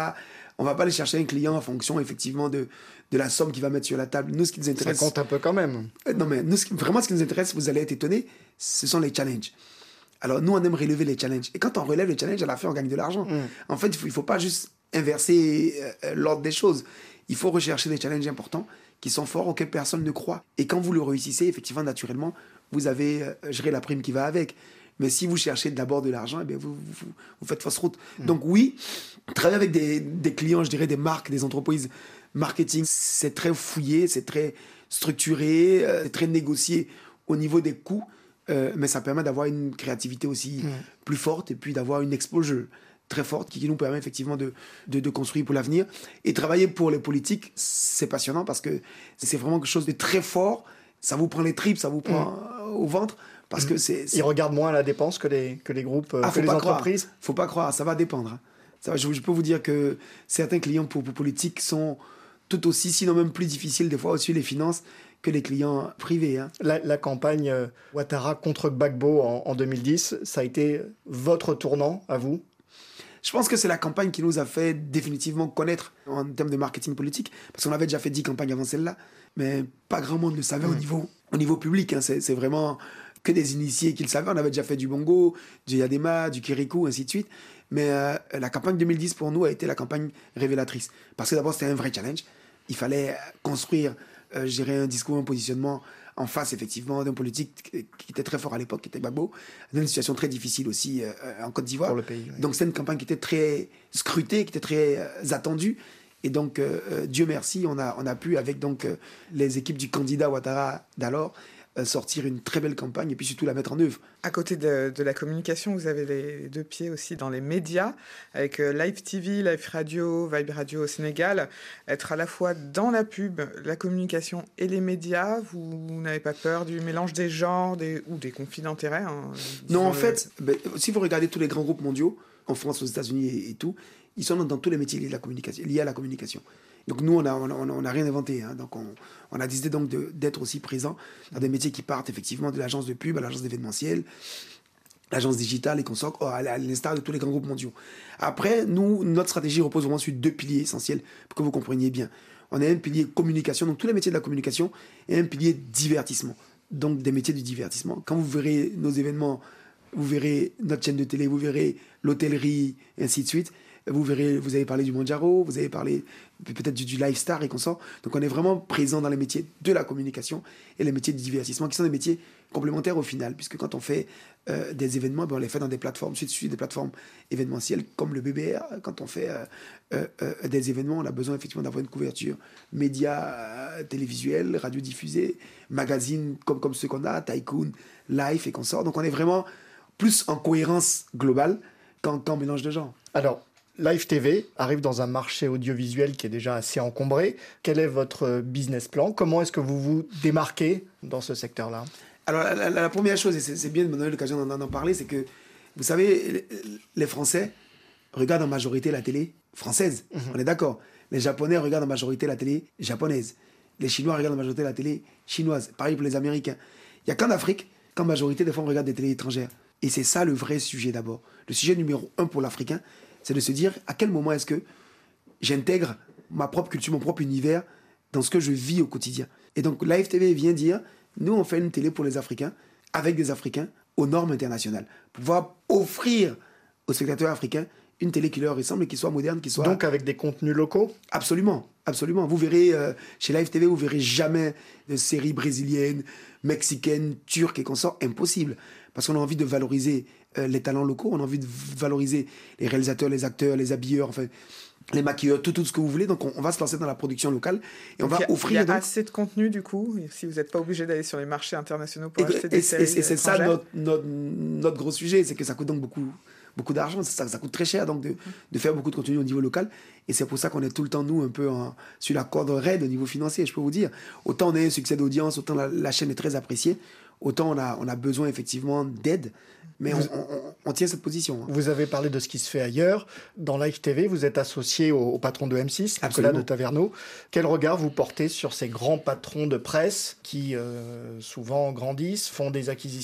[SPEAKER 5] On ne va pas aller chercher un client en fonction, effectivement, de, de la somme qu'il va mettre sur la table. Nous, ce qui nous intéresse...
[SPEAKER 3] Ça compte un peu quand même.
[SPEAKER 5] Euh, non, mais nous, ce qui, vraiment, ce qui nous intéresse, vous allez être étonnés, ce sont les challenges. Alors, nous, on aime relever les challenges. Et quand on relève les challenges, à la fin, on gagne de l'argent. Mm. En fait, il ne faut, il faut pas juste inverser euh, l'ordre des choses. Il faut rechercher des challenges importants qui sont forts, auxquels personne ne croit. Et quand vous le réussissez, effectivement, naturellement, vous avez euh, géré la prime qui va avec. Mais si vous cherchez d'abord de l'argent, eh bien vous, vous, vous faites fausse route. Mmh. Donc oui, travailler avec des, des clients, je dirais des marques, des entreprises marketing, c'est très fouillé, c'est très structuré, euh, c'est très négocié au niveau des coûts, euh, mais ça permet d'avoir une créativité aussi mmh. plus forte et puis d'avoir une exposure très forte qui nous permet effectivement de, de, de construire pour l'avenir. Et travailler pour les politiques, c'est passionnant parce que c'est vraiment quelque chose de très fort. Ça vous prend les tripes, ça vous prend mmh. au ventre. Parce que c'est, c'est...
[SPEAKER 3] Ils regardent moins la dépense que les, que les groupes,
[SPEAKER 5] ah,
[SPEAKER 3] que les entreprises.
[SPEAKER 5] Il ne faut pas croire, ça va dépendre. Hein. Ça va, je, je peux vous dire que certains clients pour, pour politiques sont tout aussi, sinon même plus difficiles, des fois aussi les finances, que les clients privés. Hein.
[SPEAKER 3] La, la campagne euh, Ouattara contre Gbagbo en, en deux mille dix, ça a été votre tournant à vous ?
[SPEAKER 5] Je pense que c'est la campagne qui nous a fait définitivement connaître en termes de marketing politique, parce qu'on avait déjà fait dix campagnes avant celle-là, mais pas grand monde le savait mmh. au, niveau, au niveau public. Hein. C'est, c'est vraiment... que des initiés qui le savaient. On avait déjà fait du bongo, du yadema, du kirikou, ainsi de suite. Mais euh, la campagne deux mille dix, pour nous, a été la campagne révélatrice. Parce que d'abord, c'était un vrai challenge. Il fallait construire, euh, je dirais, un discours, un positionnement en face, effectivement, d'un politique qui était très fort à l'époque, qui était Gbagbo, dans une situation très difficile aussi euh, en Côte d'Ivoire.
[SPEAKER 3] Pour le pays, oui.
[SPEAKER 5] Donc, c'était une campagne qui était très scrutée, qui était très euh, attendue. Et donc, euh, Dieu merci, on a, on a pu, avec donc, euh, les équipes du candidat Ouattara d'alors, sortir une très belle campagne et puis surtout la mettre en œuvre.
[SPEAKER 4] À côté de, de la communication, vous avez les deux pieds aussi dans les médias, avec Live T V, Live Radio, Vibe Radio au Sénégal. Être à la fois dans la pub, la communication et les médias, vous, vous n'avez pas peur du mélange des genres des, ou des conflits d'intérêts hein,
[SPEAKER 5] Non, en fait, ben, si vous regardez tous les grands groupes mondiaux, en France, aux États-Unis et, et tout, ils sont dans, dans tous les métiers liés à la communication. Liés à la communication. Donc nous, on n'a on a, on a rien inventé. Hein. Donc on, on a décidé donc de, d'être aussi présent dans des métiers qui partent effectivement de l'agence de pub à l'agence d'événementiel, l'agence digitale et consorts, à l'instar de tous les grands groupes mondiaux. Après, nous, notre stratégie repose vraiment sur deux piliers essentiels pour que vous compreniez bien. On a un pilier communication, donc tous les métiers de la communication, et un pilier divertissement, donc des métiers du divertissement. Quand vous verrez nos événements, vous verrez notre chaîne de télé, vous verrez l'hôtellerie, et ainsi de suite. Vous verrez, vous avez parlé du Manjaro, vous avez parlé peut-être du, du Lifestar et consorts. Donc on est vraiment présent dans les métiers de la communication et les métiers du divertissement, qui sont des métiers complémentaires au final, puisque quand on fait euh, des événements, ben on les fait dans des plateformes, suite suite des plateformes événementielles comme le B B R. Quand on fait euh, euh, euh, des événements, on a besoin effectivement d'avoir une couverture médias, euh, télévisuels, radiodiffusés, magazines comme, comme ceux qu'on a, Tycoon, Life et consorts. Donc on est vraiment plus en cohérence globale qu'en, qu'en mélange de genres.
[SPEAKER 3] Alors, Live T V arrive dans un marché audiovisuel qui est déjà assez encombré. Quel est votre business plan ? Comment est-ce que vous vous démarquez dans ce secteur-là ?
[SPEAKER 5] Alors, la, la, la première chose, et c'est, c'est bien de me donner l'occasion d'en, d'en parler, c'est que, vous savez, les Français regardent en majorité la télé française. Mmh. On est d'accord. Les Japonais regardent en majorité la télé japonaise. Les Chinois regardent en majorité la télé chinoise. Pareil pour les Américains. Il n'y a qu'en Afrique qu'en majorité, des fois, on regarde des télés étrangères. Et c'est ça le vrai sujet d'abord. Le sujet numéro un pour l'Africain, c'est de se dire à quel moment est-ce que j'intègre ma propre culture, mon propre univers dans ce que je vis au quotidien. Et donc Live T V vient dire, nous on fait une télé pour les Africains, avec des Africains, aux normes internationales, pour pouvoir offrir aux spectateurs africains une télé qui leur ressemble et qui soit moderne, qui soit...
[SPEAKER 3] Donc avec des contenus locaux ?
[SPEAKER 5] Absolument, absolument. Vous verrez, euh, chez Live T V, vous verrez jamais de séries brésiliennes, mexicaines, turques et consorts, impossible. Parce qu'on a envie de valoriser euh, les talents locaux, on a envie de valoriser les réalisateurs, les acteurs, les habilleurs, enfin, les maquilleurs, tout, tout ce que vous voulez. Donc on, on va se lancer dans la production locale et donc on va
[SPEAKER 4] y a,
[SPEAKER 5] offrir...
[SPEAKER 4] Il y a
[SPEAKER 5] donc...
[SPEAKER 4] assez de contenu du coup, si vous n'êtes pas obligé d'aller sur les marchés internationaux pour et, acheter des
[SPEAKER 5] et,
[SPEAKER 4] séries
[SPEAKER 5] et, et c'est ça
[SPEAKER 4] étrangères.
[SPEAKER 5] notre, notre, notre gros sujet, c'est que ça coûte donc beaucoup... beaucoup d'argent, ça, ça coûte très cher donc de, de faire beaucoup de contenu au niveau local et c'est pour ça qu'on est tout le temps nous un peu en, sur la corde raide au niveau financier, je peux vous dire. Autant on a un succès d'audience, autant la, la chaîne est très appréciée, autant on a, on a besoin effectivement d'aide, mais vous, on, on, on tient cette position. Hein.
[SPEAKER 3] Vous avez parlé de ce qui se fait ailleurs. Dans Live T V, vous êtes associé au, au patron de M six, Nicolas de Taverneau. Quel regard vous portez sur ces grands patrons de presse qui euh, souvent grandissent, font des acquisitions ?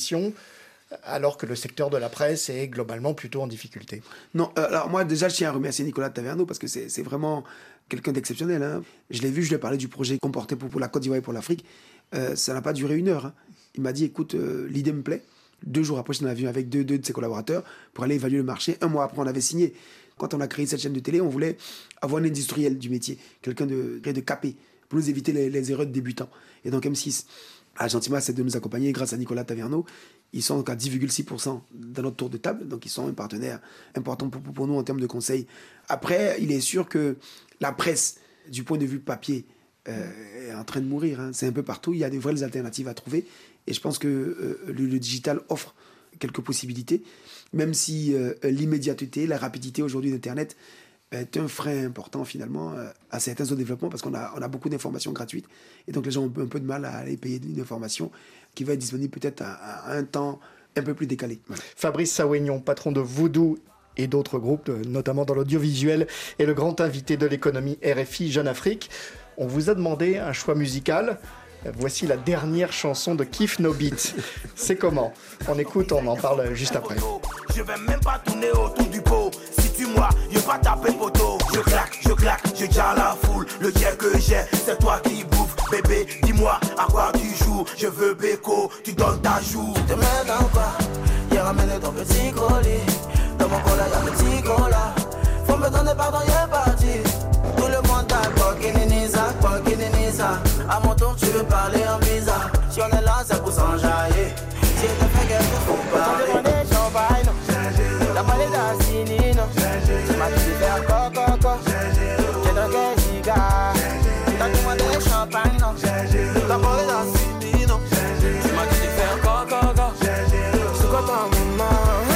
[SPEAKER 3] alors que le secteur de la presse est globalement plutôt en difficulté.
[SPEAKER 5] Non, euh, alors moi déjà je tiens à remercier Nicolas Taverneau parce que c'est, c'est vraiment quelqu'un d'exceptionnel. Hein. Je l'ai vu, je lui ai parlé du projet qu'on portait pour, pour la Côte d'Ivoire et pour l'Afrique. Euh, ça n'a pas duré une heure. Hein. Il m'a dit, écoute, euh, l'idée me plaît. Deux jours après, je suis dans l'avion avec deux, deux de ses collaborateurs pour aller évaluer le marché. Un mois après, on avait signé. Quand on a créé cette chaîne de télé, on voulait avoir un industriel du métier, quelqu'un de, de capé, pour nous éviter les, les erreurs de débutants. Et donc M six a gentiment accepté de nous accompagner grâce à Nicolas Taverneau. Ils sont donc à dix virgule six pour cent dans notre tour de table, donc ils sont un partenaire important pour, pour nous en termes de conseils. Après, il est sûr que la presse, du point de vue papier, euh, est en train de mourir. Hein. C'est un peu partout, il y a de vraies alternatives à trouver. Et je pense que euh, le, le digital offre quelques possibilités, même si euh, l'immédiateté, la rapidité aujourd'hui d'Internet est un frein important finalement euh, à certains autres développements parce qu'on a, on a beaucoup d'informations gratuites et donc les gens ont un peu, un peu de mal à aller payer une information qui va être disponible peut-être à, à un temps un peu plus décalé. Voilà.
[SPEAKER 3] Fabrice Saoignon, patron de Voodoo et d'autres groupes, notamment dans l'audiovisuel, et le grand invité de l'économie R F I Jeune Afrique. On vous a demandé un choix musical. Voici la dernière chanson de Kif No Beat. C'est comment? On écoute, on en parle juste après.
[SPEAKER 7] Je vais même pas tourner autour du pot. Si tu moi, je vais pas taper poteau. Je claque, je claque, je tiens la foule. Le jet que j'ai, c'est toi qui bouffe. Bébé, dis-moi à quoi tu joues. Je veux béco, tu donnes ta joue. Tu te mets dans quoi? J'ai ramené ton petit colis. Dans mon cola, y'a petit cola. Faut me donner pardon, y'a parti. Tout le monde a Pokénénisa, Pokénénisa. À mon tour, tu veux parler en bizarre. Si on est là, c'est pour s'enjailler. Si je te fais quelque chose, faut parler. On demande des champagne, non. La monnaie d'assini, non. Tu m'as dit de faire coco, j'ai drogué giga. T'as demandé champagne, non. La monnaie d'assini, non. Tu m'as dit de faire coco, je suis content, maman.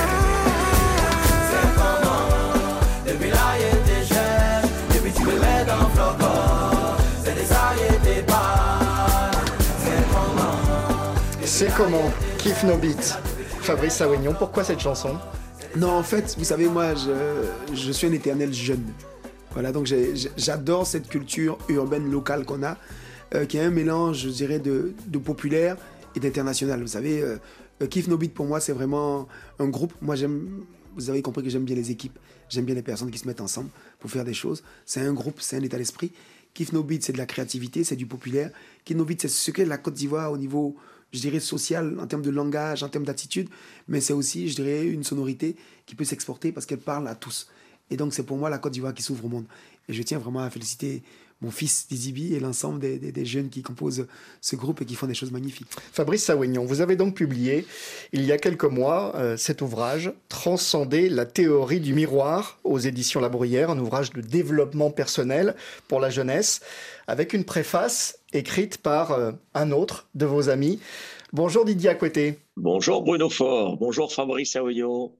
[SPEAKER 7] C'est comment, depuis là, il était cher. Depuis tu me mets dans le flocon. C'est des ariétés pas. C'est comment.
[SPEAKER 3] C'est comment Kif No Beat. Fabrice Saoignon, pourquoi cette chanson?
[SPEAKER 5] Non, en fait, vous savez, moi, je, je suis un éternel jeune. Voilà, donc j'ai, j'adore cette culture urbaine locale qu'on a, euh, qui est un mélange, je dirais, de, de populaire et d'international. Vous savez, euh, Kif No Beat, pour moi, c'est vraiment un groupe. Moi, j'aime, vous avez compris que j'aime bien les équipes, j'aime bien les personnes qui se mettent ensemble pour faire des choses. C'est un groupe, c'est un état d'esprit. Kif No Beat, c'est de la créativité, c'est du populaire. Kif No Beat, c'est ce qu'est la Côte d'Ivoire au niveau, je dirais, social, en termes de langage, en termes d'attitude, mais c'est aussi, je dirais, une sonorité qui peut s'exporter parce qu'elle parle à tous. Et donc, c'est pour moi la Côte d'Ivoire qui s'ouvre au monde. Et je tiens vraiment à féliciter mon fils Dizibi et l'ensemble des, des, des jeunes qui composent ce groupe et qui font des choses magnifiques.
[SPEAKER 3] Fabrice Saoignon, vous avez donc publié, il y a quelques mois, euh, cet ouvrage « Transcender la théorie du miroir » aux éditions La Bruyère, un ouvrage de développement personnel pour la jeunesse, avec une préface écrite par euh, un autre de vos amis. Bonjour Didier Akoueté.
[SPEAKER 8] Bonjour Bruno Faure, bonjour Fabrice Saoignon.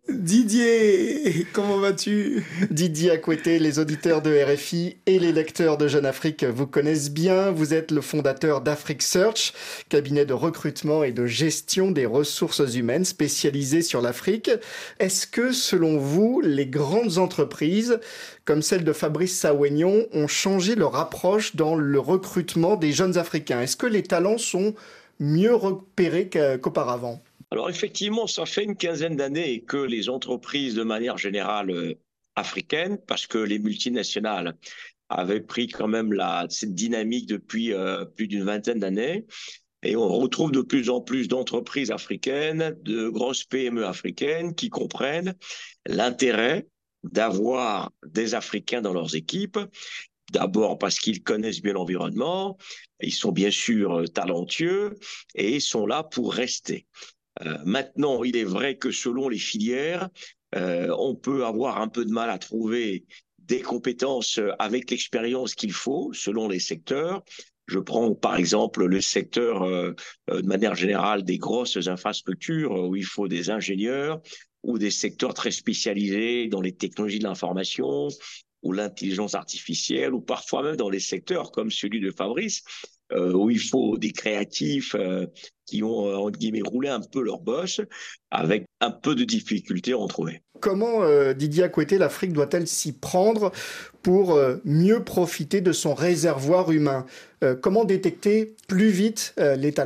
[SPEAKER 5] Didier, comment vas-tu?
[SPEAKER 3] Didier Akoueté, les auditeurs de R F I et les lecteurs de Jeune Afrique vous connaissent bien. Vous êtes le fondateur d'Afrique Search, cabinet de recrutement et de gestion des ressources humaines spécialisé sur l'Afrique. Est-ce que, selon vous, les grandes entreprises, comme celle de Fabrice Saoignon, ont changé leur approche dans le recrutement des jeunes Africains? Est-ce que les talents sont mieux repérés qu'auparavant?
[SPEAKER 8] Alors effectivement, ça fait une quinzaine d'années que les entreprises de manière générale euh, africaines, parce que les multinationales avaient pris quand même la, cette dynamique depuis euh, plus d'une vingtaine d'années, et on retrouve de plus en plus d'entreprises africaines, de grosses P M E africaines qui comprennent l'intérêt d'avoir des Africains dans leurs équipes. D'abord parce qu'ils connaissent bien l'environnement, ils sont bien sûr talentueux et ils sont là pour rester. Euh, maintenant, il est vrai que selon les filières, euh, on peut avoir un peu de mal à trouver des compétences avec l'expérience qu'il faut selon les secteurs. Je prends par exemple le secteur euh, de manière générale des grosses infrastructures où il faut des ingénieurs ou des secteurs très spécialisés dans les technologies de l'information ou l'intelligence artificielle, ou parfois même dans les secteurs comme celui de Fabrice, euh, où il faut des créatifs euh, qui ont, euh, entre guillemets, roulé un peu leur bosse, avec un peu de difficulté à en trouver.
[SPEAKER 3] Comment, euh, Didier Akoueté, l'Afrique doit-elle s'y prendre pour euh, mieux profiter de son réservoir humain? euh, Comment détecter plus vite euh, les talents?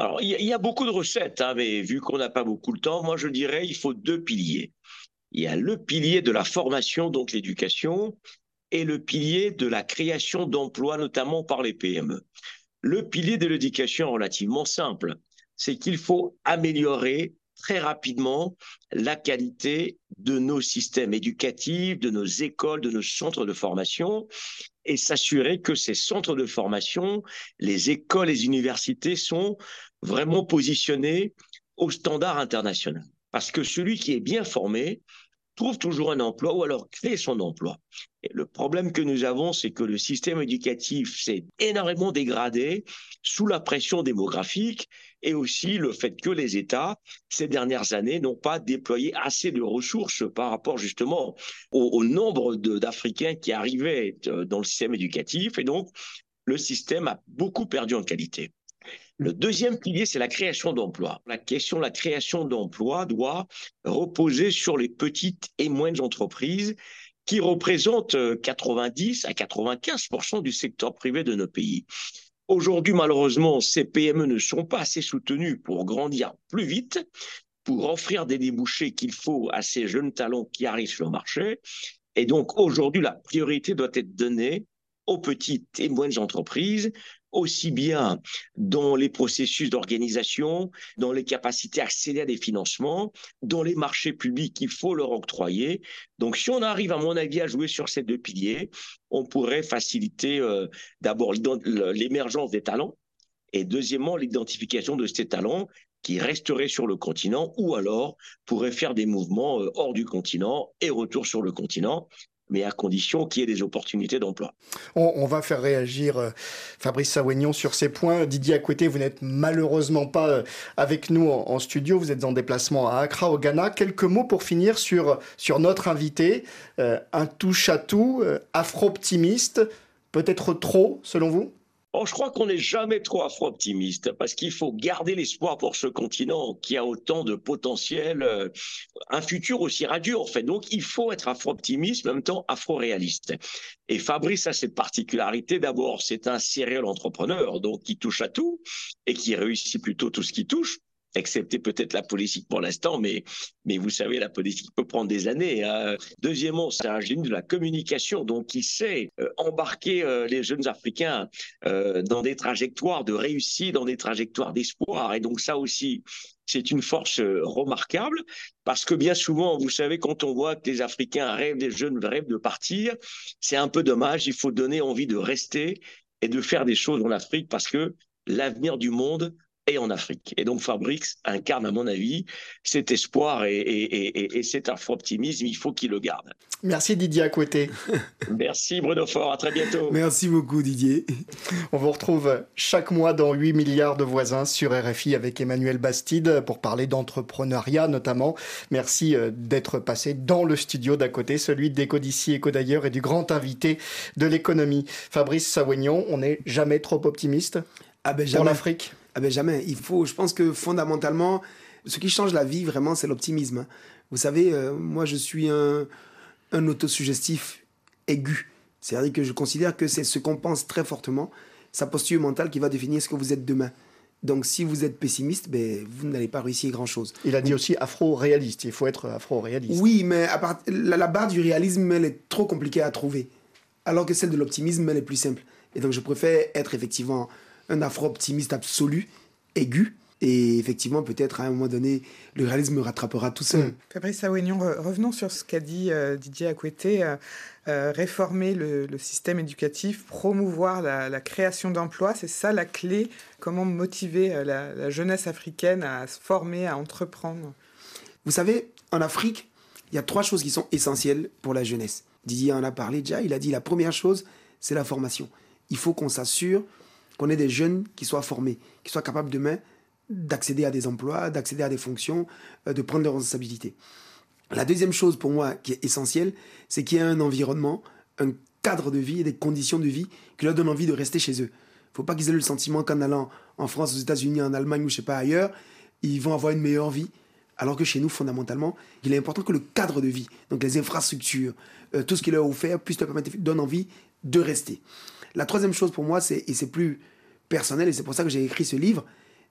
[SPEAKER 8] Alors, il y, a- il y a beaucoup de recettes, hein, mais vu qu'on n'a pas beaucoup de temps, moi je dirais il faut deux piliers. Il y a le pilier de la formation, donc l'éducation, et le pilier de la création d'emplois, notamment par les P M E. Le pilier de l'éducation est relativement simple, c'est qu'il faut améliorer très rapidement la qualité de nos systèmes éducatifs, de nos écoles, de nos centres de formation, et s'assurer que ces centres de formation, les écoles, les universités sont vraiment positionnés au standard international. Parce que celui qui est bien formé trouve toujours un emploi ou alors crée son emploi. Et le problème que nous avons, c'est que le système éducatif s'est énormément dégradé sous la pression démographique et aussi le fait que les États, ces dernières années, n'ont pas déployé assez de ressources par rapport justement au, au nombre de, d'Africains qui arrivaient dans le système éducatif. Et donc, le système a beaucoup perdu en qualité. Le deuxième pilier, c'est la création d'emplois. La question de la création d'emplois doit reposer sur les petites et moyennes entreprises qui représentent quatre-vingt-dix à quatre-vingt-quinze pour cent du secteur privé de nos pays. Aujourd'hui, malheureusement, ces P M E ne sont pas assez soutenues pour grandir plus vite, pour offrir des débouchés qu'il faut à ces jeunes talents qui arrivent sur le marché. Et donc, aujourd'hui, la priorité doit être donnée aux petites et moyennes entreprises, aussi bien dans les processus d'organisation, dans les capacités à accéder à des financements, dans les marchés publics qu'il faut leur octroyer. Donc, si on arrive, à mon avis, à jouer sur ces deux piliers, on pourrait faciliter euh, d'abord l'émergence des talents et deuxièmement, l'identification de ces talents qui resteraient sur le continent ou alors pourraient faire des mouvements euh, hors du continent et retour sur le continent, mais à condition qu'il y ait des opportunités d'emploi.
[SPEAKER 3] On, on va faire réagir euh, Fabrice Sawénion sur ces points. Didier Akwete, vous n'êtes malheureusement pas euh, avec nous en, en studio, vous êtes en déplacement à Accra, au Ghana. Quelques mots pour finir sur, sur notre invité, euh, un touche-à-tout, euh, afro-optimiste, peut-être trop selon vous ?
[SPEAKER 8] Oh, je crois qu'on n'est jamais trop afro-optimiste parce qu'il faut garder l'espoir pour ce continent qui a autant de potentiel, euh, un futur aussi radieux en fait. Donc il faut être afro-optimiste, mais en même temps afro-réaliste. Et Fabrice a cette particularité. D'abord, c'est un serial entrepreneur, donc qui touche à tout et qui réussit plutôt tout ce qui touche, excepté peut-être la politique pour l'instant, mais, mais vous savez, la politique peut prendre des années. Hein. Deuxièmement, c'est un génie de la communication, donc il sait euh, embarquer euh, les jeunes Africains euh, dans des trajectoires de réussite, dans des trajectoires d'espoir. Et donc ça aussi, c'est une force euh, remarquable, parce que bien souvent, vous savez, quand on voit que les Africains rêvent, les jeunes rêvent de partir, c'est un peu dommage. Il faut donner envie de rester et de faire des choses en Afrique, parce que l'avenir du monde et en Afrique. Et donc Fabrice incarne, à mon avis, cet espoir et, et, et, et cet afro-optimisme. Il faut qu'il le garde.
[SPEAKER 3] Merci Didier Akwete.
[SPEAKER 8] Merci Bruno Faure, à très bientôt.
[SPEAKER 5] Merci beaucoup Didier.
[SPEAKER 3] On vous retrouve chaque mois dans huit milliards de voisins sur R F I avec Emmanuel Bastide pour parler d'entrepreneuriat notamment. Merci d'être passé dans le studio d'à côté, celui d'Éco d'ici, Éco d'ailleurs et du grand invité de l'économie. Fabrice Sawénion, on n'est jamais trop optimiste
[SPEAKER 5] ah ben,
[SPEAKER 3] pour l'Afrique ?
[SPEAKER 5] Ah ben jamais. Il faut, je pense que fondamentalement, ce qui change la vie vraiment, c'est l'optimisme. Vous savez, euh, moi je suis un, un autosuggestif aigu. C'est-à-dire que je considère que c'est ce qu'on pense très fortement, sa posture mentale qui va définir ce que vous êtes demain. Donc si vous êtes pessimiste, ben, vous n'allez pas réussir grand-chose.
[SPEAKER 3] Il a dit
[SPEAKER 5] Donc,
[SPEAKER 3] aussi afro-réaliste, il faut être afro-réaliste.
[SPEAKER 5] Oui, mais à part, la, la barre du réalisme, elle est trop compliquée à trouver. Alors que celle de l'optimisme, elle est plus simple. Et donc je préfère être effectivement un afro-optimiste absolu, aigu, et effectivement, peut-être à un moment donné, le réalisme me rattrapera tout seul. Mmh.
[SPEAKER 4] Fabrice Sawénion, revenons sur ce qu'a dit euh, Didier Akwete, euh, euh, réformer le, le système éducatif, promouvoir la, la création d'emplois, c'est ça la clé. Comment motiver euh, la, la jeunesse africaine à se former, à entreprendre ?
[SPEAKER 5] Vous savez, en Afrique, il y a trois choses qui sont essentielles pour la jeunesse. Didier en a parlé déjà, il a dit la première chose, c'est la formation. Il faut qu'on s'assure qu'on ait des jeunes qui soient formés, qui soient capables demain d'accéder à des emplois, d'accéder à des fonctions, de prendre leurs responsabilités. La deuxième chose pour moi qui est essentielle, c'est qu'il y ait un environnement, un cadre de vie et des conditions de vie qui leur donnent envie de rester chez eux. Il ne faut pas qu'ils aient le sentiment qu'en allant en France, aux États-Unis, en Allemagne ou je ne sais pas ailleurs, ils vont avoir une meilleure vie. Alors que chez nous, fondamentalement, il est important que le cadre de vie, donc les infrastructures, euh, tout ce qui leur est offert, puisse leur permettre, donne envie de rester. La troisième chose pour moi, c'est, et c'est plus personnel, et c'est pour ça que j'ai écrit ce livre,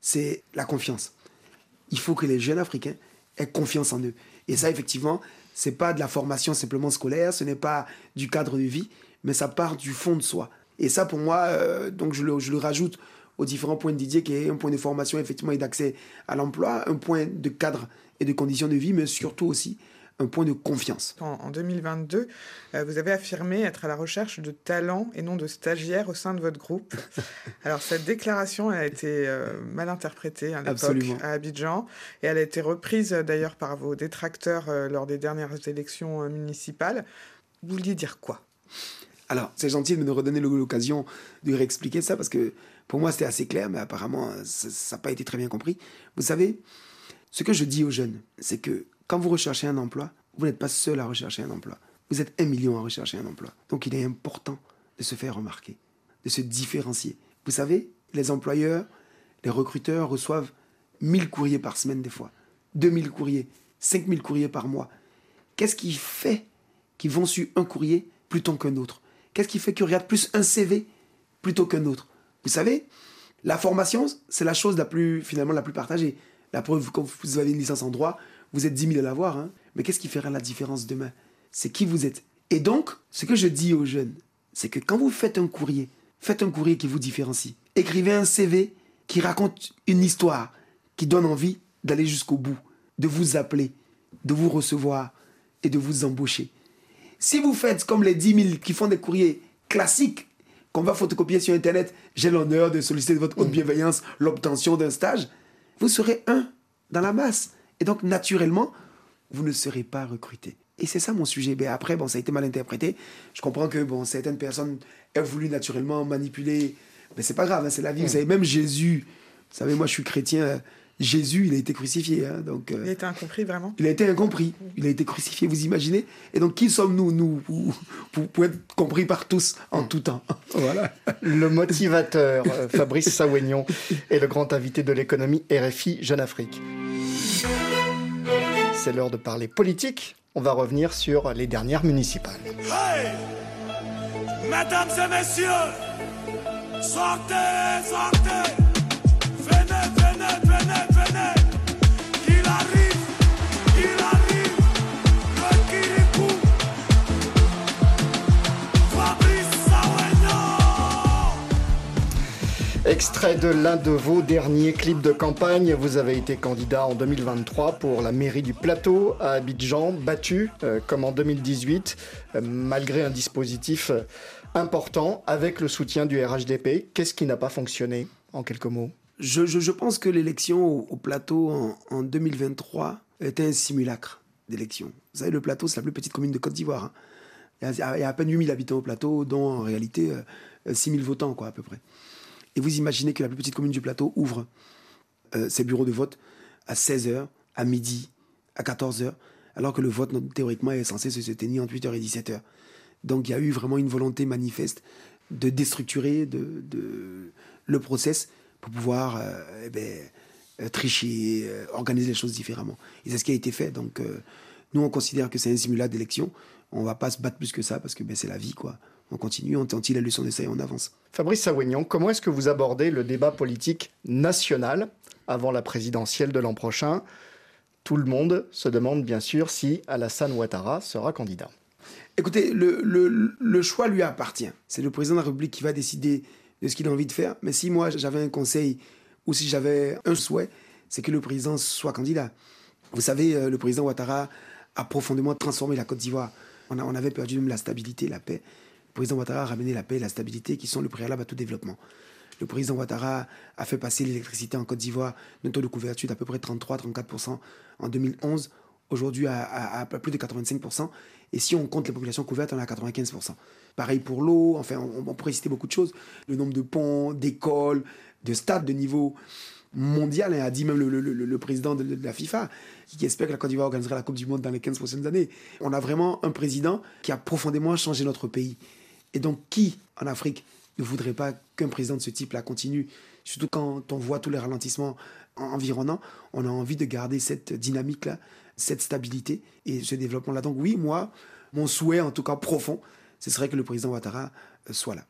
[SPEAKER 5] c'est la confiance. Il faut que les jeunes Africains aient confiance en eux. Et ça, effectivement, ce n'est pas de la formation simplement scolaire, ce n'est pas du cadre de vie, mais ça part du fond de soi. Et ça, pour moi, euh, donc je le, je le rajoute aux différents points de Didier, qui est un point de formation, effectivement, et d'accès à l'emploi, un point de cadre et de conditions de vie, mais surtout aussi un point de confiance.
[SPEAKER 4] En, en deux mille vingt-deux, euh, vous avez affirmé être à la recherche de talents et non de stagiaires au sein de votre groupe. Alors, cette déclaration elle a été euh, mal interprétée à l'époque
[SPEAKER 5] Absolument.
[SPEAKER 4] à Abidjan, et elle a été reprise euh, d'ailleurs par vos détracteurs euh, lors des dernières élections euh, municipales. Vous vouliez dire quoi ?
[SPEAKER 5] Alors, c'est gentil de me redonner l'occasion de réexpliquer ça, parce que pour moi, c'était assez clair, mais apparemment, ça n'a pas été très bien compris. Vous savez, ce que je dis aux jeunes, c'est que quand vous recherchez un emploi, vous n'êtes pas seul à rechercher un emploi. Vous êtes un million à rechercher un emploi. Donc, il est important de se faire remarquer, de se différencier. Vous savez, les employeurs, les recruteurs reçoivent mille courriers par semaine des fois, deux mille courriers, cinq mille courriers par mois. Qu'est-ce qui fait qu'ils vont sur un courrier plutôt qu'un autre ? Qu'est-ce qui fait qu'ils regardent plus un C V plutôt qu'un autre ? Vous savez, la formation, c'est la chose la plus, finalement, la plus partagée. La preuve, quand vous avez une licence en droit, vous êtes dix mille à l'avoir, hein. Mais qu'est-ce qui fera la différence demain ? C'est qui vous êtes. Et donc, ce que je dis aux jeunes, c'est que quand vous faites un courrier, faites un courrier qui vous différencie. Écrivez un C V qui raconte une histoire, qui donne envie d'aller jusqu'au bout, de vous appeler, de vous recevoir et de vous embaucher. Si vous faites comme les dix mille qui font des courriers classiques, qu'on va photocopier sur Internet, j'ai l'honneur de solliciter de votre haute bienveillance l'obtention d'un stage, vous serez un dans la masse. Et donc, naturellement, vous ne serez pas recruté. Et c'est ça mon sujet. Ben après, bon, ça a été mal interprété. Je comprends que bon, certaines personnes aient voulu naturellement manipuler. Mais c'est pas grave, hein, c'est la vie. Mmh. Vous savez, même Jésus, vous savez, moi je suis chrétien, Jésus, il a été crucifié. Hein, donc, euh,
[SPEAKER 4] il a été incompris, vraiment ?
[SPEAKER 5] Il a été incompris. Il a été crucifié, vous imaginez ? Et donc, qui sommes-nous, nous, pour, pour, pour être compris par tous, en tout temps ? Voilà.
[SPEAKER 3] Le motivateur, Fabrice Sawénion, est le grand invité de l'économie R F I Jeune Afrique. C'est l'heure de parler politique. On va revenir sur les dernières municipales.
[SPEAKER 7] Hey, mesdames et messieurs, sortez, sortez, venez, venez, venez, venez, il arrive, il arrive, le Kirikou, Fabrice Sawénion.
[SPEAKER 3] Extrait de l'un de vos derniers clips de campagne. Vous avez été candidat en deux mille vingt-trois pour la mairie du Plateau à Abidjan, battu euh, comme en deux mille dix-huit, euh, malgré un dispositif euh, important avec le soutien du R H D P. Qu'est-ce qui n'a pas fonctionné, en quelques mots ?
[SPEAKER 5] je, je, je pense que l'élection au, au Plateau en, en deux mille vingt-trois était un simulacre d'élection. Vous savez, le Plateau, c'est la plus petite commune de Côte d'Ivoire. Hein. Il, y a, il y a à peine huit mille habitants au Plateau, dont en réalité euh, six mille votants, quoi, à peu près. Et vous imaginez que la plus petite commune du Plateau ouvre euh, ses bureaux de vote à seize heures, à midi, à quatorze heures, alors que le vote, théoriquement, est censé se tenir entre huit heures et dix-sept heures. Donc il y a eu vraiment une volonté manifeste de déstructurer de, de, le process pour pouvoir euh, eh ben, euh, tricher, euh, organiser les choses différemment. Et c'est ce qui a été fait. Donc euh, nous, on considère que c'est un simulacre d'élection. On ne va pas se battre plus que ça parce que ben, c'est la vie, quoi. On continue, on tire la leçon de ça et on avance.
[SPEAKER 3] Fabrice Sawénion, comment est-ce que vous abordez le débat politique national avant la présidentielle de l'an prochain ? Tout le monde se demande bien sûr si Alassane Ouattara sera candidat.
[SPEAKER 5] Écoutez, le, le, le choix lui appartient. C'est le président de la République qui va décider de ce qu'il a envie de faire. Mais si moi j'avais un conseil ou si j'avais un souhait, c'est que le président soit candidat. Vous savez, le président Ouattara a profondément transformé la Côte d'Ivoire. On, a, on avait perdu même la stabilité, la paix. Le président Ouattara a ramené la paix et la stabilité qui sont le préalable à tout développement. Le président Ouattara a fait passer l'électricité en Côte d'Ivoire d'un taux de couverture d'à peu près trente-trois à trente-quatre pour cent en deux mille onze, aujourd'hui à, à, à plus de quatre-vingt-cinq pour cent. Et si on compte les populations couvertes, on est à quatre-vingt-quinze pour cent. Pareil pour l'eau, enfin, on, on pourrait citer beaucoup de choses. Le nombre de ponts, d'écoles, de stades de niveau mondial, hein, a dit même le, le, le, le président de, de la FIFA, qui espère que la Côte d'Ivoire organisera la Coupe du Monde dans les quinze prochaines années. On a vraiment un président qui a profondément changé notre pays. Et donc, qui, en Afrique, ne voudrait pas qu'un président de ce type-là continue ? Surtout quand on voit tous les ralentissements environnants, on a envie de garder cette dynamique-là, cette stabilité et ce développement-là. Donc oui, moi, mon souhait, en tout cas profond, ce serait que le président Ouattara soit là.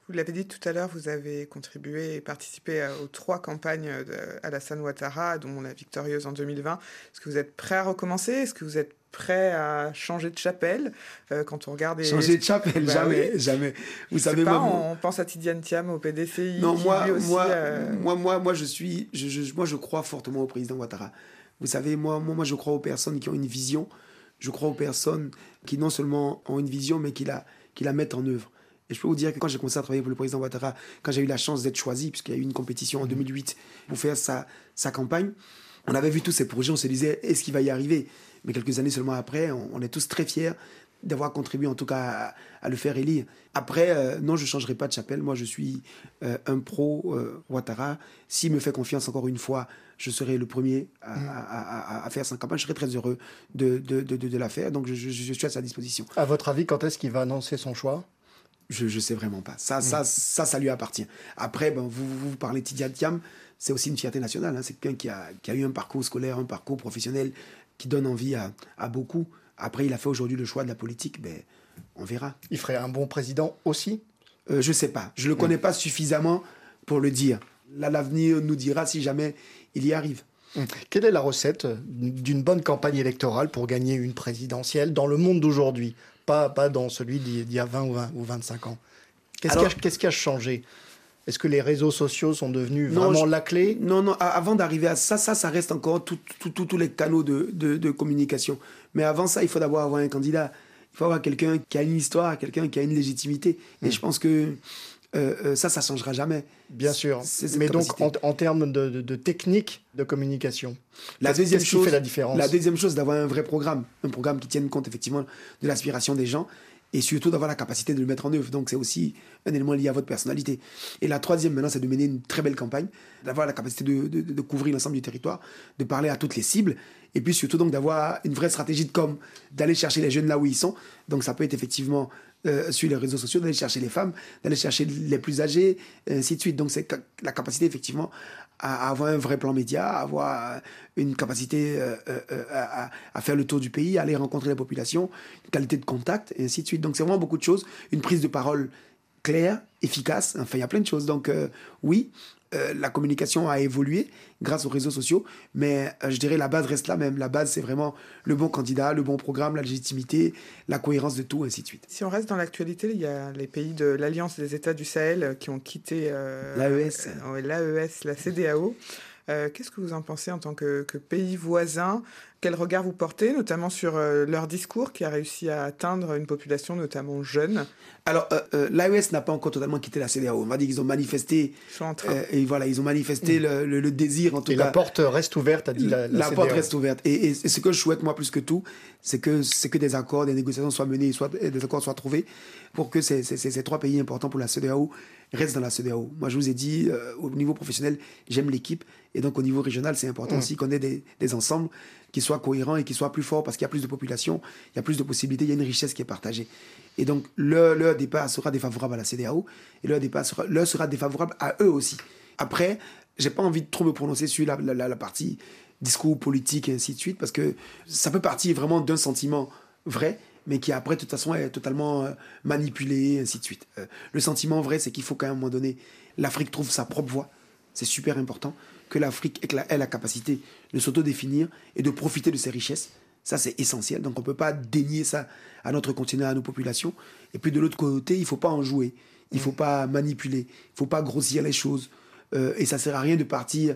[SPEAKER 4] Vous l'avez dit tout à l'heure, vous avez contribué et participé à, aux trois campagnes d'Alassane Ouattara, dont la victorieuse en deux mille vingt. Est-ce que vous êtes prêt à recommencer? Est-ce que vous êtes prêt à changer de chapelle euh, quand on regarde... Les...
[SPEAKER 5] Changer de chapelle, bah, jamais, oui. jamais. Vous savez,
[SPEAKER 4] pas,
[SPEAKER 5] moi,
[SPEAKER 4] on pense à Tidiane Thiam, au P D C I.
[SPEAKER 5] Non,
[SPEAKER 4] qui
[SPEAKER 5] moi,
[SPEAKER 4] lui aussi,
[SPEAKER 5] moi,
[SPEAKER 4] euh...
[SPEAKER 5] moi, moi, moi, je suis, je, je, moi, je crois fortement au président Ouattara. Vous savez, moi, moi, moi, je crois aux personnes qui ont une vision. Je crois aux personnes qui non seulement ont une vision, mais qui la, qui la mettent en œuvre. Et je peux vous dire que quand j'ai commencé à travailler pour le président Ouattara, quand j'ai eu la chance d'être choisi, puisqu'il y a eu une compétition en deux mille huit pour faire sa, sa campagne, on avait vu tous ces projets, on se disait, est-ce qu'il va y arriver? Mais quelques années seulement après, on, on est tous très fiers d'avoir contribué en tout cas à, à le faire élire. Après, euh, non, je ne changerai pas de chapelle. Moi, je suis euh, un pro euh, Ouattara. S'il me fait confiance encore une fois, je serai le premier à, mmh. à, à, à faire sa campagne. Je serai très heureux de, de, de, de, de la faire. Donc, je, je, je suis à sa disposition.
[SPEAKER 3] À votre avis, quand est-ce qu'il va annoncer son choix?
[SPEAKER 5] Je ne sais vraiment pas. Ça, mmh. ça, ça, ça lui appartient. Après, ben, vous, vous parlez de Tidiane Thiam, c'est aussi une fierté nationale. Hein. C'est quelqu'un qui a, qui a eu un parcours scolaire, un parcours professionnel qui donne envie à, à beaucoup. Après, il a fait aujourd'hui le choix de la politique, ben, on verra.
[SPEAKER 3] Il ferait un bon président aussi?
[SPEAKER 5] euh, Je ne sais pas. Je ne le connais mmh. pas suffisamment pour le dire. Là, l'avenir nous dira si jamais il y arrive.
[SPEAKER 3] Mmh. Quelle est la recette d'une bonne campagne électorale pour gagner une présidentielle dans le monde d'aujourd'hui? Pas, pas dans celui d'il y a vingt ou, vingt ou vingt-cinq ans. Qu'est-ce, Alors, qui, a, qu'est-ce qui a changé? Est-ce que les réseaux sociaux sont devenus non, vraiment je, la clé?
[SPEAKER 5] Non, non. Avant d'arriver à ça, ça, ça reste encore tous tout, tout, tout les canaux de, de, de communication. Mais avant ça, il faut d'abord avoir un candidat. Il faut avoir quelqu'un qui a une histoire, quelqu'un qui a une légitimité. Et mmh. je pense que euh, euh, ça, ça ne changera jamais.
[SPEAKER 3] Bien sûr. Mais capacité. donc, en, en termes de, de, de technique de communication,
[SPEAKER 5] la deuxième
[SPEAKER 3] qu'est-ce
[SPEAKER 5] chose,
[SPEAKER 3] qui fait la différence?
[SPEAKER 5] La deuxième chose, d'avoir un vrai programme. Un programme qui tienne compte, effectivement, de l'aspiration des gens. Et surtout d'avoir la capacité de le mettre en œuvre. Donc c'est aussi un élément lié à votre personnalité. Et la troisième, maintenant, c'est de mener une très belle campagne, d'avoir la capacité de, de, de couvrir l'ensemble du territoire, de parler à toutes les cibles, et puis surtout donc d'avoir une vraie stratégie de com, d'aller chercher les jeunes là où ils sont. Donc ça peut être effectivement euh, sur les réseaux sociaux, d'aller chercher les femmes, d'aller chercher les plus âgés, et ainsi de suite. Donc c'est la capacité effectivement à avoir un vrai plan média, à avoir une capacité euh, euh, à, à faire le tour du pays, à aller rencontrer la population, une qualité de contact, et ainsi de suite. Donc c'est vraiment beaucoup de choses, une prise de parole claire, efficace, enfin il y a plein de choses. Donc euh, oui, euh, la communication a évolué grâce aux réseaux sociaux, mais euh, je dirais la base reste la même. La base, c'est vraiment le bon candidat, le bon programme, la légitimité, la cohérence de tout, ainsi de suite.
[SPEAKER 4] Si on reste dans l'actualité, il y a les pays de l'Alliance des États du Sahel qui ont quitté euh,
[SPEAKER 5] l'A E S.
[SPEAKER 4] Euh, l'A E S, la C D A O. Euh, qu'est-ce que vous en pensez en tant que, que pays voisin? Quel regard vous portez, notamment sur euh, leur discours qui a réussi à atteindre une population notamment jeune?
[SPEAKER 5] Alors, euh, euh, l'A E S n'a pas encore totalement quitté la C D A O. On va dire qu'ils ont manifesté.
[SPEAKER 4] Ils sont en train.
[SPEAKER 5] Euh, et voilà, ils ont manifesté mmh. le, le, le désir, en tout
[SPEAKER 3] et
[SPEAKER 5] cas.
[SPEAKER 3] Et la porte reste ouverte, a dit la, la,
[SPEAKER 5] la
[SPEAKER 3] C D A O.
[SPEAKER 5] La porte reste ouverte. Et, et, et ce que je souhaite, moi, plus que tout, c'est que, c'est que des accords, des négociations soient menées, soit, des accords soient trouvés pour que ces, ces, ces, ces trois pays importants pour la C D A O restent dans la C D A O. Moi, je vous ai dit, euh, au niveau professionnel, j'aime l'équipe. Et donc, au niveau régional, c'est important mmh. aussi qu'on ait des, des ensembles qui soient cohérents et qui soient plus forts parce qu'il y a plus de population, il y a plus de possibilités, il y a une richesse qui est partagée. Et donc, leur, leur départ sera défavorable à la C D A O et leur départ sera, leur sera défavorable à eux aussi. Après, j'ai pas envie de trop me prononcer sur la, la, la, la partie discours politique et ainsi de suite parce que ça peut partir vraiment d'un sentiment vrai, mais qui après, de toute façon, est totalement euh, manipulé et ainsi de suite. Euh, le sentiment vrai, c'est qu'il faut qu'à un moment donné, l'Afrique trouve sa propre voie. C'est super important que l'Afrique ait la capacité de s'autodéfinir et de profiter de ses richesses. Ça, c'est essentiel. Donc, on ne peut pas dénier ça à notre continent, à nos populations. Et puis, de l'autre côté, il ne faut pas en jouer. Il ne faut pas manipuler. Il ne faut pas grossir les choses. Euh, et ça ne sert à rien de partir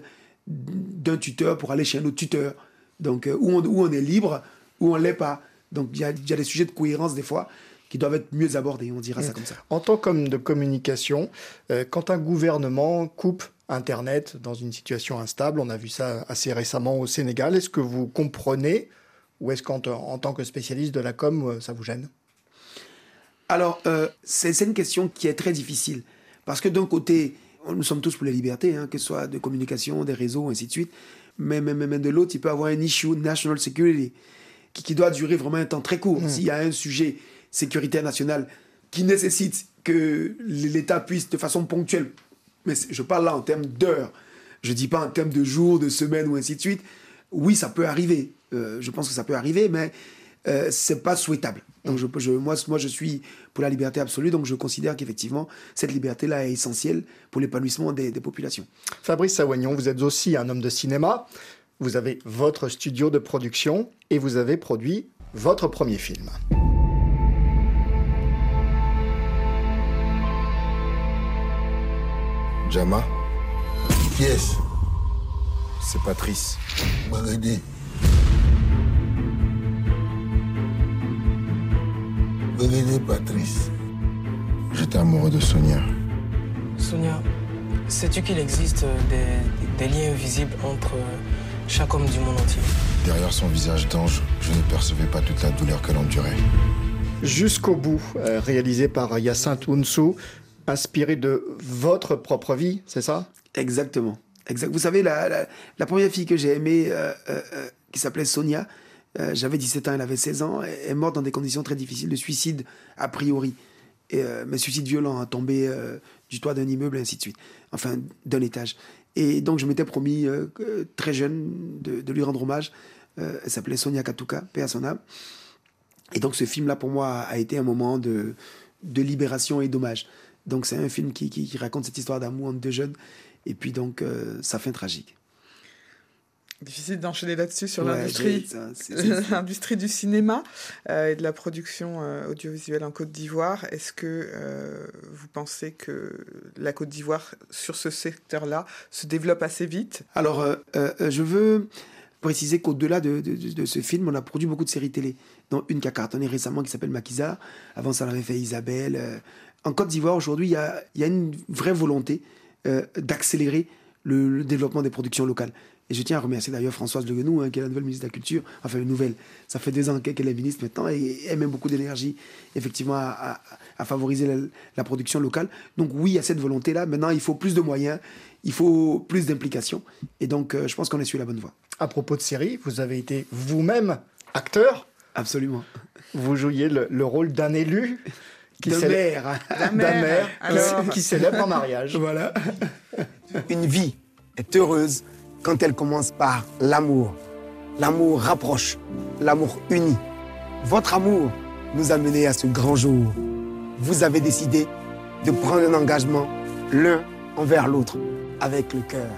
[SPEAKER 5] d'un tuteur pour aller chez un autre tuteur. Donc, euh, où, on, où on est libre, où on ne l'est pas. Donc, il y a, y a des sujets de cohérence, des fois, qui doivent être mieux abordés. On dira mmh. ça comme ça.
[SPEAKER 3] En tant qu'homme de communication, euh, quand un gouvernement coupe Internet dans une situation instable, on a vu ça assez récemment au Sénégal, est-ce que vous comprenez ou est-ce qu'en en tant que spécialiste de la com, ça vous gêne?
[SPEAKER 5] Alors, euh, c'est, c'est une question qui est très difficile. Parce que d'un côté, nous sommes tous pour les libertés, hein, que ce soit de communication, des réseaux, ainsi de suite. Mais, mais, mais de l'autre, il peut y avoir un issue, national security, qui, qui doit durer vraiment un temps très court. Mmh. S'il y a un sujet sécuritaire nationale qui nécessite que l'État puisse, de façon ponctuelle, mais je parle là en termes d'heures, je ne dis pas en termes de jours, de semaines ou ainsi de suite. Oui, ça peut arriver. Euh, je pense que ça peut arriver, mais euh, c'est pas souhaitable. Donc je, je, moi, moi, je suis pour la liberté absolue, donc je considère qu'effectivement, cette liberté-là est essentielle pour l'épanouissement des, des populations.
[SPEAKER 3] Fabrice Sawagnon, vous êtes aussi un homme de cinéma. Vous avez votre studio de production et vous avez produit votre premier film.
[SPEAKER 9] Jama, qui est-ce? C'est Patrice.
[SPEAKER 10] Magadi. Magadi Patrice.
[SPEAKER 9] J'étais amoureux de Sonia.
[SPEAKER 11] Sonia, sais-tu qu'il existe des, des liens invisibles entre chaque homme du monde entier?
[SPEAKER 9] Derrière son visage d'ange, je ne percevais pas toute la douleur qu'elle endurait.
[SPEAKER 3] Jusqu'au bout, euh, réalisé par Hyacinthe Hounsou, inspiré de votre propre vie, c'est ça?
[SPEAKER 5] Exactement. Exact. Vous savez, la, la, la première fille que j'ai aimée, euh, euh, qui s'appelait Sonia, euh, j'avais dix-sept ans, elle avait seize ans, elle est morte dans des conditions très difficiles, de suicide a priori. Et, euh, mais suicide violent, hein, tombé euh, du toit d'un immeuble, et ainsi de suite. Enfin, d'un étage. Et donc, je m'étais promis, euh, très jeune, de, de lui rendre hommage. Euh, elle s'appelait Sonia Katuka, paix à son âme. Et donc, ce film-là, pour moi, a été un moment de, de libération et d'hommage. Donc, c'est un film qui, qui, qui raconte cette histoire d'amour entre deux jeunes. Et puis, donc, euh, sa fin tragique.
[SPEAKER 4] Difficile d'enchaîner là-dessus sur
[SPEAKER 5] ouais,
[SPEAKER 4] l'industrie,
[SPEAKER 5] ça, c'est, c'est, c'est...
[SPEAKER 4] l'industrie du cinéma euh, et de la production euh, audiovisuelle en Côte d'Ivoire. Est-ce que euh, vous pensez que la Côte d'Ivoire, sur ce secteur-là, se développe assez vite?
[SPEAKER 5] Alors, euh, euh, je veux préciser qu'au-delà de, de, de, de ce film, on a produit beaucoup de séries télé, dont une qui a cartonné récemment qui s'appelle Maquisard. Avant ça, on avait fait Isabelle. Euh... En Côte d'Ivoire, aujourd'hui, il y a, y a une vraie volonté euh, d'accélérer le, le développement des productions locales. Et je tiens à remercier d'ailleurs Françoise Le Guenou, hein, qui est la nouvelle ministre de la Culture. Enfin, une nouvelle. Ça fait deux ans qu'elle est ministre maintenant et elle met beaucoup d'énergie, effectivement, à, à, à favoriser la, la production locale. Donc oui, il y a cette volonté-là. Maintenant, il faut plus de moyens, il faut plus d'implication. Et donc, euh, je pense qu'on est sur la bonne voie.
[SPEAKER 3] À propos de série, vous avez été vous-même acteur.
[SPEAKER 5] Absolument.
[SPEAKER 3] Vous jouiez le, le rôle d'un élu.
[SPEAKER 5] Qui d'un
[SPEAKER 3] célèbre,
[SPEAKER 5] maire.
[SPEAKER 3] D'un maire, alors... qui célèbre en mariage.
[SPEAKER 5] Voilà.
[SPEAKER 12] Une vie est heureuse quand elle commence par l'amour. L'amour rapproche, l'amour unit. Votre amour nous a menés à ce grand jour. Vous avez décidé de prendre un engagement l'un envers l'autre, avec le cœur.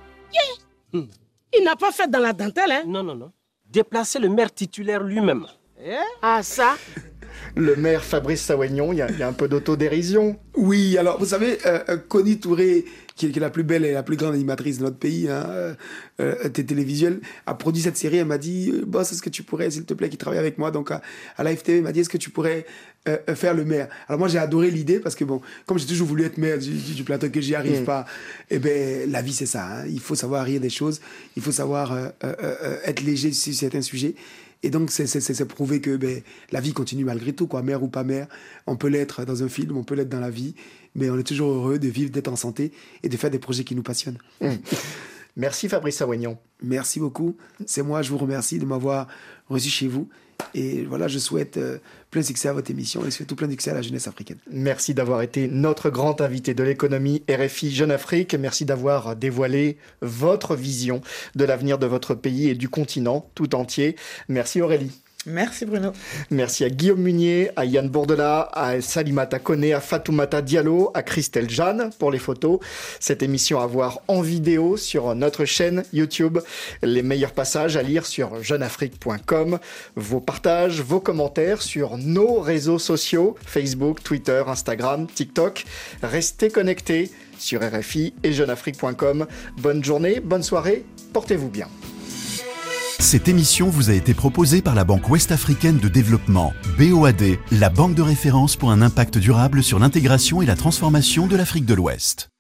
[SPEAKER 13] Yeah. Il n'a pas fait dans la dentelle, hein? Non, non, non. Déplacer le maire titulaire lui-même. Yeah. Ah, ça?
[SPEAKER 3] Le maire Fabrice Sawagnon, il y, y a un peu d'autodérision.
[SPEAKER 5] Oui, alors vous savez, euh, Connie Touré, qui est, qui est la plus belle et la plus grande animatrice de notre pays, hein, euh, euh, télévisuelle, a produit cette série. Elle m'a dit, boss, est-ce que tu pourrais, s'il te plaît, qui travaille avec moi, donc à, à la F T V, elle m'a dit, est-ce que tu pourrais euh, faire le maire? Alors moi, j'ai adoré l'idée parce que bon, comme j'ai toujours voulu être maire du, du, du plateau, que j'y arrive mmh. pas, et eh ben la vie c'est ça. Hein, il faut savoir rire des choses, il faut savoir euh, euh, euh, être léger sur certains sujets. Et donc, c'est, c'est, c'est prouver que ben, la vie continue malgré tout, quoi. Mère ou pas mère, on peut l'être dans un film, on peut l'être dans la vie, mais on est toujours heureux de vivre, d'être en santé et de faire des projets qui nous passionnent.
[SPEAKER 3] Mmh. Merci Fabrice Sawagnon.
[SPEAKER 5] Merci beaucoup. C'est moi, je vous remercie de m'avoir reçu chez vous. Et voilà, je souhaite euh, plein succès à votre émission et surtout plein succès à la jeunesse africaine.
[SPEAKER 3] Merci d'avoir été notre grand invité de l'économie R F I Jeune Afrique. Merci d'avoir dévoilé votre vision de l'avenir de votre pays et du continent tout entier. Merci Aurélie.
[SPEAKER 4] Merci Bruno.
[SPEAKER 3] Merci à Guillaume Munier, à Yann Bourdela, à Salimata Kone, à Fatoumata Diallo, à Christelle Jeanne pour les photos. Cette émission à voir en vidéo sur notre chaîne YouTube. Les meilleurs passages à lire sur jeune afrique point com. Vos partages, vos commentaires sur nos réseaux sociaux, Facebook, Twitter, Instagram, TikTok. Restez connectés sur R F I et jeune afrique point com. Bonne journée, bonne soirée, portez-vous bien.
[SPEAKER 1] Cette émission vous a été proposée par la Banque Ouest-Africaine de Développement, B O A D, la banque de référence pour un impact durable sur l'intégration et la transformation de l'Afrique de l'Ouest.